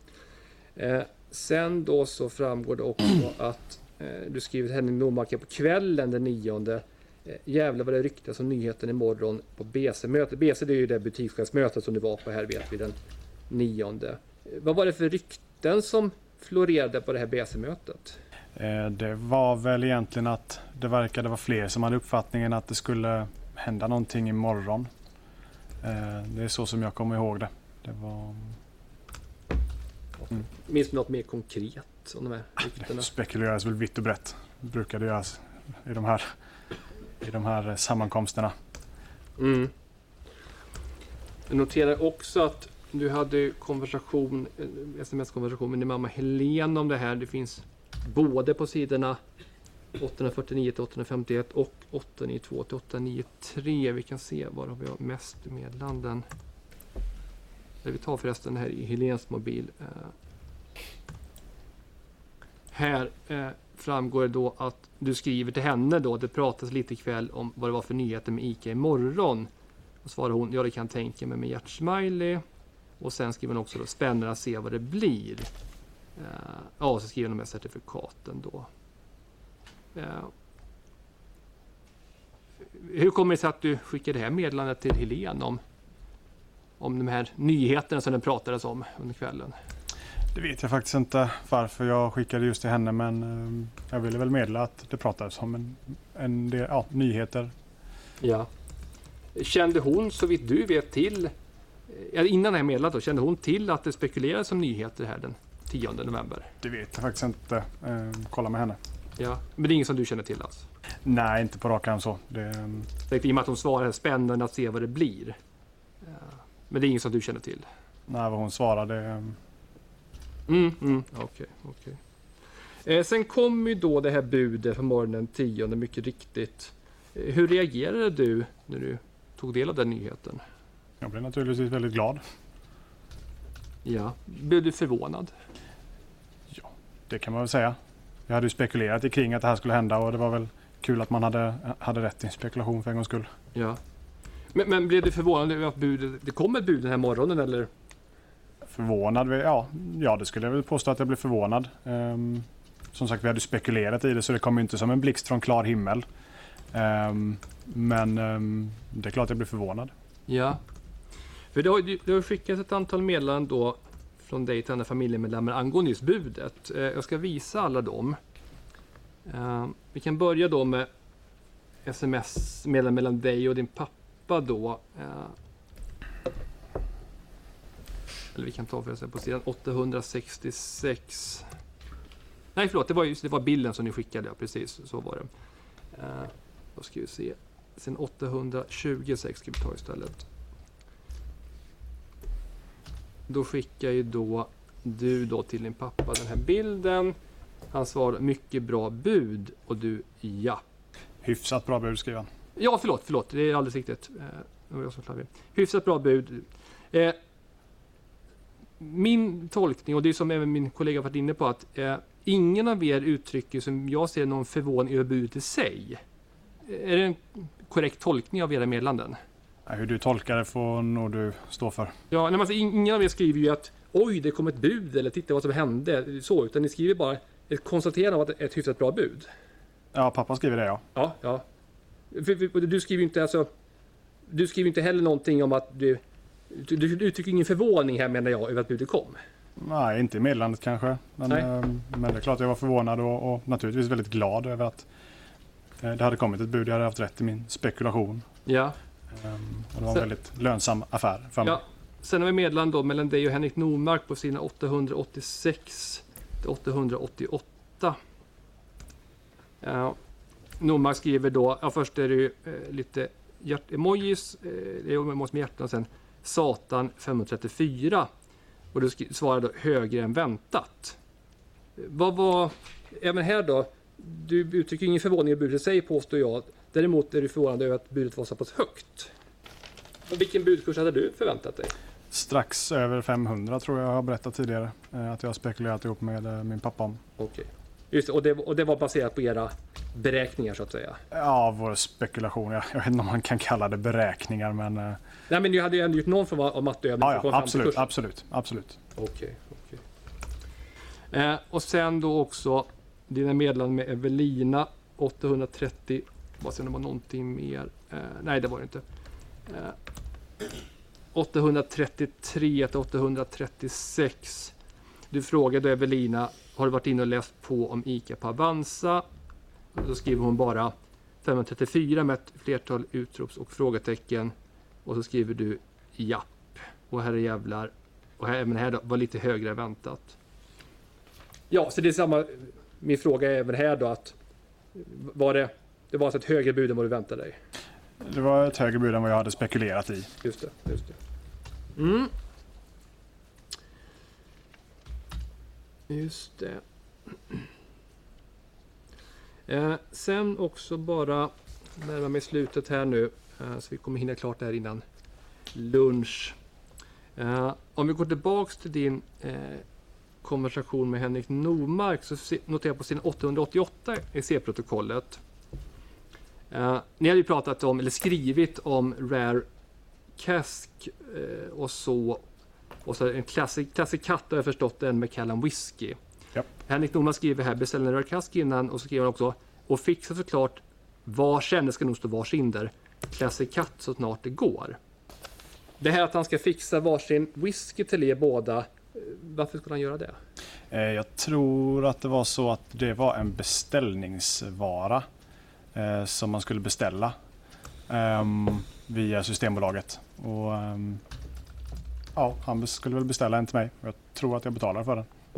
eh, sen då så framgår det också att eh, du skriver till Henrik Normark på kvällen den nionde. Eh, jävlar vad det ryktas om nyheten imorgon på B C-mötet. B C det är ju det butikschefsmötet som du var på här vet vi den nionde. Eh, vad var det för rykten som florerade på det här B C-mötet? Eh, det var väl egentligen att det verkade vara fler som hade uppfattningen att det skulle hända någonting imorgon. Eh, det är så som jag kommer ihåg det. Det var... Mm. Minns du något mer konkret om de här ryktena? Det spekuleras väl vitt och brett. Det brukade göras i de här, i de här sammankomsterna. Mm. Jag noterar också att du hade konversation, sms-konversation med din mamma Helene om det här. Det finns både på sidorna åttahundrafyrtionio till åttahundrafemtioett och åttahundranittiotvå till åttahundranittiotre. Vi kan se var vi har mest meddelanden. Vi tar förresten här i Helens mobil. Eh, här eh, framgår det då att du skriver till henne då. Det pratas lite ikväll om vad det var för nyheter med ICA imorgon. Och svarar hon, ja det kan tänka mig med hjärtsmiley. Och sen skriver hon också då, spännande att se vad det blir. Uh, ja, och så skriver hon med certifikaten då. Uh, hur kommer det sig att du skickade det här meddelandet till Helene om, om de här nyheterna som den pratades om under kvällen? Det vet jag faktiskt inte varför jag skickade just till henne, men uh, jag ville väl meddela att det pratades om en, en del ja, nyheter. Ja. Kände hon så vitt du vet till, innan det här meddelandet då, kände hon till att det spekulerades om nyheter här den tionde november? Det vet jag faktiskt inte. Eh, kolla med henne. Ja, men det är ingen som du känner till alls? Nej, inte på rak arm så. Det, Det I och med att hon svarar spännande att se vad det blir. Ja. Men det är ingen som du känner till? nej, vad hon svarade. Eh, Mm, mm, okej, okej. Eh, sen kom ju då det här budet på morgonen tionde, mycket riktigt. Eh, hur reagerade du när du tog del av den nyheten? jag blev naturligtvis väldigt glad. Ja, blev du förvånad? Det kan man väl säga. Jag hade ju spekulerat kring att det här skulle hända och det var väl kul att man hade, hade rätt i spekulation för en gångs skull. Ja. Men, men blev du förvånad över att budet, det kom ett bud den här morgonen eller? Förvånad? Ja, ja, det skulle jag väl påstå att jag blev förvånad. Um, som sagt, vi hade spekulerat i det så det kom inte som en blixt från klar himmel. Um, men um, det är klart att jag blev förvånad. Ja. För det har, det har skickats ett antal meddelanden då från dig till andra familjemedlemmar angående just budet. Eh, jag ska visa alla dem. Eh, vi kan börja då med sms-meddelanden mellan dig och din pappa då. Eh, eller vi kan ta för på sidan åttahundrasextiosex. Nej förlåt, det var, just, det var bilden som ni skickade, ja, precis så var det. Eh, då ska vi se. Sen åttahundratjugosex ska vi ta istället. Då skickar ju då du då till din pappa den här bilden. Han svarar mycket bra bud och du ja. Hyfsat bra bud skriver han. Ja förlåt, förlåt, det är alldeles riktigt. Eh, det var jag som slarvade. Hyfsat bra bud. Eh, min tolkning, och det är som även min kollega varit inne på, att eh, ingen av er uttrycker som jag ser någon förvåning över budet i sig. Är det en korrekt tolkning av era meddelanden? Hur du tolkar det får nog du stå för. Ja, nej, alltså, ingen av er skriver ju att oj, det kom ett bud eller titta vad som hände. Så, utan ni skriver bara ett konstaterande av att det är ett hyfsat bra bud. Ja, pappa skriver det, ja. Ja, ja. För, för, du skriver ju inte alltså, du skriver inte heller någonting om att du, du, du uttrycker ingen förvåning här menar jag över att budet kom. Nej, inte i meddelandet kanske. Men, eh, men det är klart att jag var förvånad och, och naturligtvis väldigt glad över att eh, det hade kommit ett bud. Jag hade haft rätt i min spekulation. Ja. Um, och det var en Sen, väldigt lönsam affär för mig. Ja. Sen har vi meddelandet då mellan dig och Henrik Normark på sina åttahundraåttiosex till åttahundraåttioåtta. Ja. Normark skriver då, ja, först är det ju eh, lite hjärt-emojis, eh, det är emojis med hjärtan, och sen Satan femhundratrettiofyra. Och du sk- svarar då högre än väntat. Vad var, även här då, du uttrycker ingen förvåning i budet i sig påstår jag. Däremot är du förvånad över att budet var så pass högt. Och vilken budkurs hade du förväntat dig? Strax över femhundra tror jag jag har berättat tidigare. Eh, att jag har spekulerat ihop med eh, min pappa om. Okej. Just det, och det, och det var baserat på era beräkningar så att säga? Ja, vår spekulation. Jag, jag vet inte om man kan kalla det beräkningar, men... Eh, Nej, men du hade ju ändå gjort någon form av matteövning. ja, ja, absolut, absolut, absolut. Okej, okej. Eh, och sen då också dina meddelanden med Evelina åttahundratrettio. Vad sen det var någonting mer? Eh, nej, det var det inte. Eh, åttahundratrettiotre till åttahundratrettiosex. Du frågade Evelina, har du varit inne och läst på om ICA på Avanza? Och då skriver hon bara femhundratrettiofyra med ett flertal utrops- och frågetecken. Och så skriver du japp. Och här är jävlar. Och här, även här då, var lite högre än väntat. Ja, så det är samma. Min fråga är även här då att var det, det var alltså ett högre bud än vad du väntade dig? Det var ett högre bud än vad jag hade spekulerat i. Just det, just det. Mm. Just det. Eh, sen också bara närma mig slutet här nu. Eh, så vi kommer hinna klart det här innan lunch. Eh, om vi går tillbaks till din eh, konversation med Henrik Normark så se, noterar jag på sin åttahundraåttioåtta i C-protokollet. Eh, ni hade ju pratat om, eller skrivit om Rare Cask eh, och så. Och så en klassik, klassik katt har jag förstått, en Macallan Whisky. Japp. Henrik Normark skriver här, beställ en Rare Cask innan, och så skriver han också, och fixa såklart varsin, det ska nog stå varsin där, klassik katt så snart det går. Det här att han ska fixa varsin whisky till er båda, varför skulle han göra det? Eh, jag tror att det var så att det var en beställningsvara eh, som man skulle beställa eh, via Systembolaget. Och eh, ja, han skulle väl beställa en till mig. Jag tror att jag betalar för den. Okej.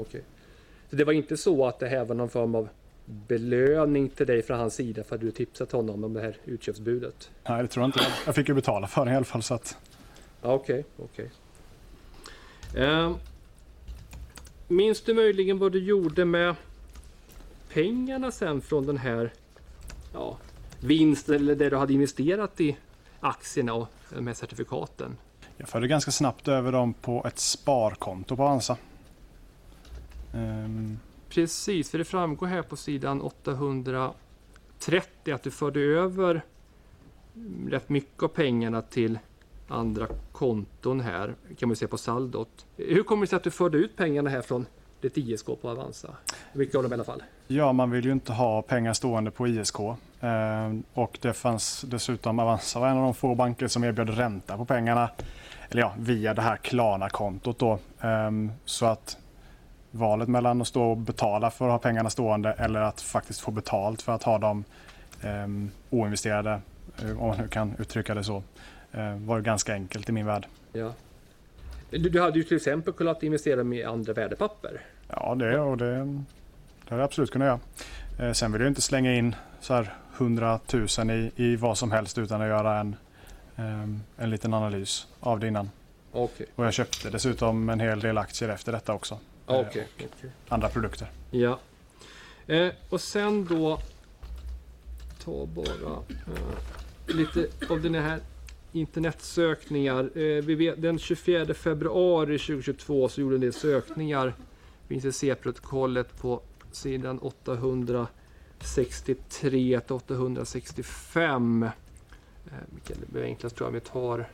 okej. Så det var inte så att det här var någon form av belöning till dig från hans sida för att du tipsat honom om det här utköpsbudet? Nej, det tror jag inte. Jag fick ju betala för det i alla fall. Så att... Ja, okej, okej. Eh, minns du möjligen vad du gjorde med pengarna sen från den här ja, vinsten eller det du hade investerat i aktierna och de här certifikaten? Jag förde ganska snabbt över dem på ett sparkonto på Avanza. Um... Precis, för det framgår här på sidan åttahundratrettio att du förde över rätt mycket av pengarna till andra konton här. Kan man se på saldot. Hur kommer det sig att du förde ut pengarna här från ditt I S K på Avanza? Mycket av dem i alla fall. Ja, man vill ju inte ha pengar stående på I S K. Eh, och det fanns dessutom Avanza var en av de få banker som erbjöd ränta på pengarna. Eller ja, via det här Klarna-kontot då. Eh, så att valet mellan att stå och betala för att ha pengarna stående eller att faktiskt få betalt för att ha dem eh, oinvesterade, om man nu kan uttrycka det så, eh, var ganska enkelt i min värld. Ja. Du, du hade ju till exempel kunnat investera med andra värdepapper. Ja, det, och det, det hade jag absolut kunnat göra. Eh, sen vill jag inte slänga in så här hundratusen i, i vad som helst utan att göra en, eh, en liten analys av det innan. Okay. Och jag köpte dessutom en hel del aktier efter detta också. Okay. Eh, Okay. Andra produkter. Ja. Eh, och sen då ta bara eh, lite av den här internetsökningar. Eh, vi vet, den tjugofjärde februari tjugohundratjugotvå så gjorde en del sökningar. Finns i C-protokollet på sidan åttahundrasextiotre till åttahundrasextiofem. Eh, vilket blir enklast tror jag vi tar.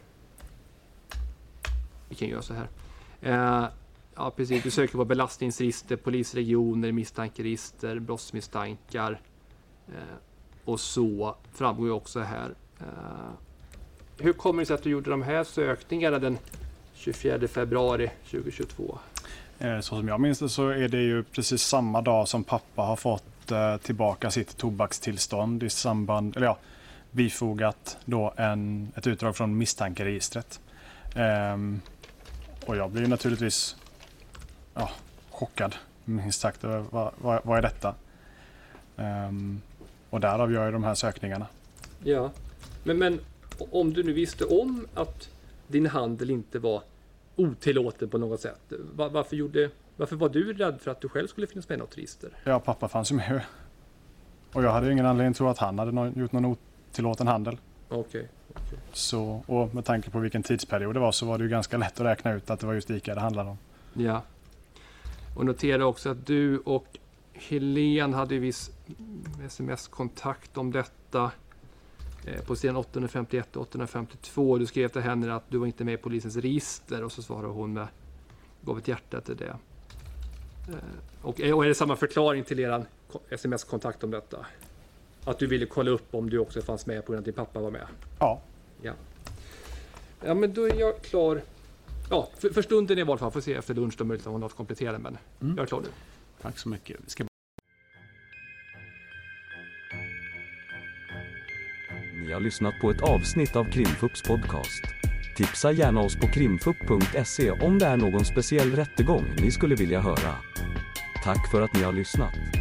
Vi kan göra så här. Eh, ja precis, du söker på belastningsregister, polisregioner, misstankeregister, brottsmisstankar. Eh, och så framgår ju också här. Eh, hur kommer det sig att du gjorde de här sökningarna den tjugofjärde februari tjugohundratjugotvå? Så som jag minns det så är det ju precis samma dag som pappa har fått eh, tillbaka sitt tobakstillstånd i samband, eller ja, bifogat då en, ett utdrag från misstankeregistret. Ehm, och jag blir naturligtvis ja, chockad, minst sagt, vad, vad, vad är detta? Ehm, och därav gör jag de här sökningarna. Ja, men, men om du nu visste om att din handel inte var otillåten på något sätt. Var, varför, gjorde, varför var du rädd för att du själv skulle finnas med i något register? Ja, pappa fanns ju med. Och jag hade ju ingen anledning att tro att han hade no- gjort någon otillåten handel. Okej. Okay, okay. Så, och med tanke på vilken tidsperiod det var så var det ju ganska lätt att räkna ut att det var just ICA det handlade om. Ja. Och notera också att du och Helene hade ju viss sms-kontakt om detta. På sidan åttahundrafemtioett och åttahundrafemtiotvå. Du skrev till henne att du var inte med i polisens register och så svarade hon med gav ett hjärta till det. Och, och är det samma förklaring till er sms-kontakt om detta? Att du ville kolla upp om du också fanns med på grund av att din pappa var med? Ja. Ja, ja men då är jag klar. Ja, för, för stunden i alla fall. Får se efter lunch då möjligt om hon har något kompletterande, men mm. jag är klar nu. Tack så mycket. Vi ska... Ni har lyssnat på ett avsnitt av Krimfupps podcast. Tipsa gärna oss på krimfupp punkt se om det är någon speciell rättegång ni skulle vilja höra. Tack för att ni har lyssnat.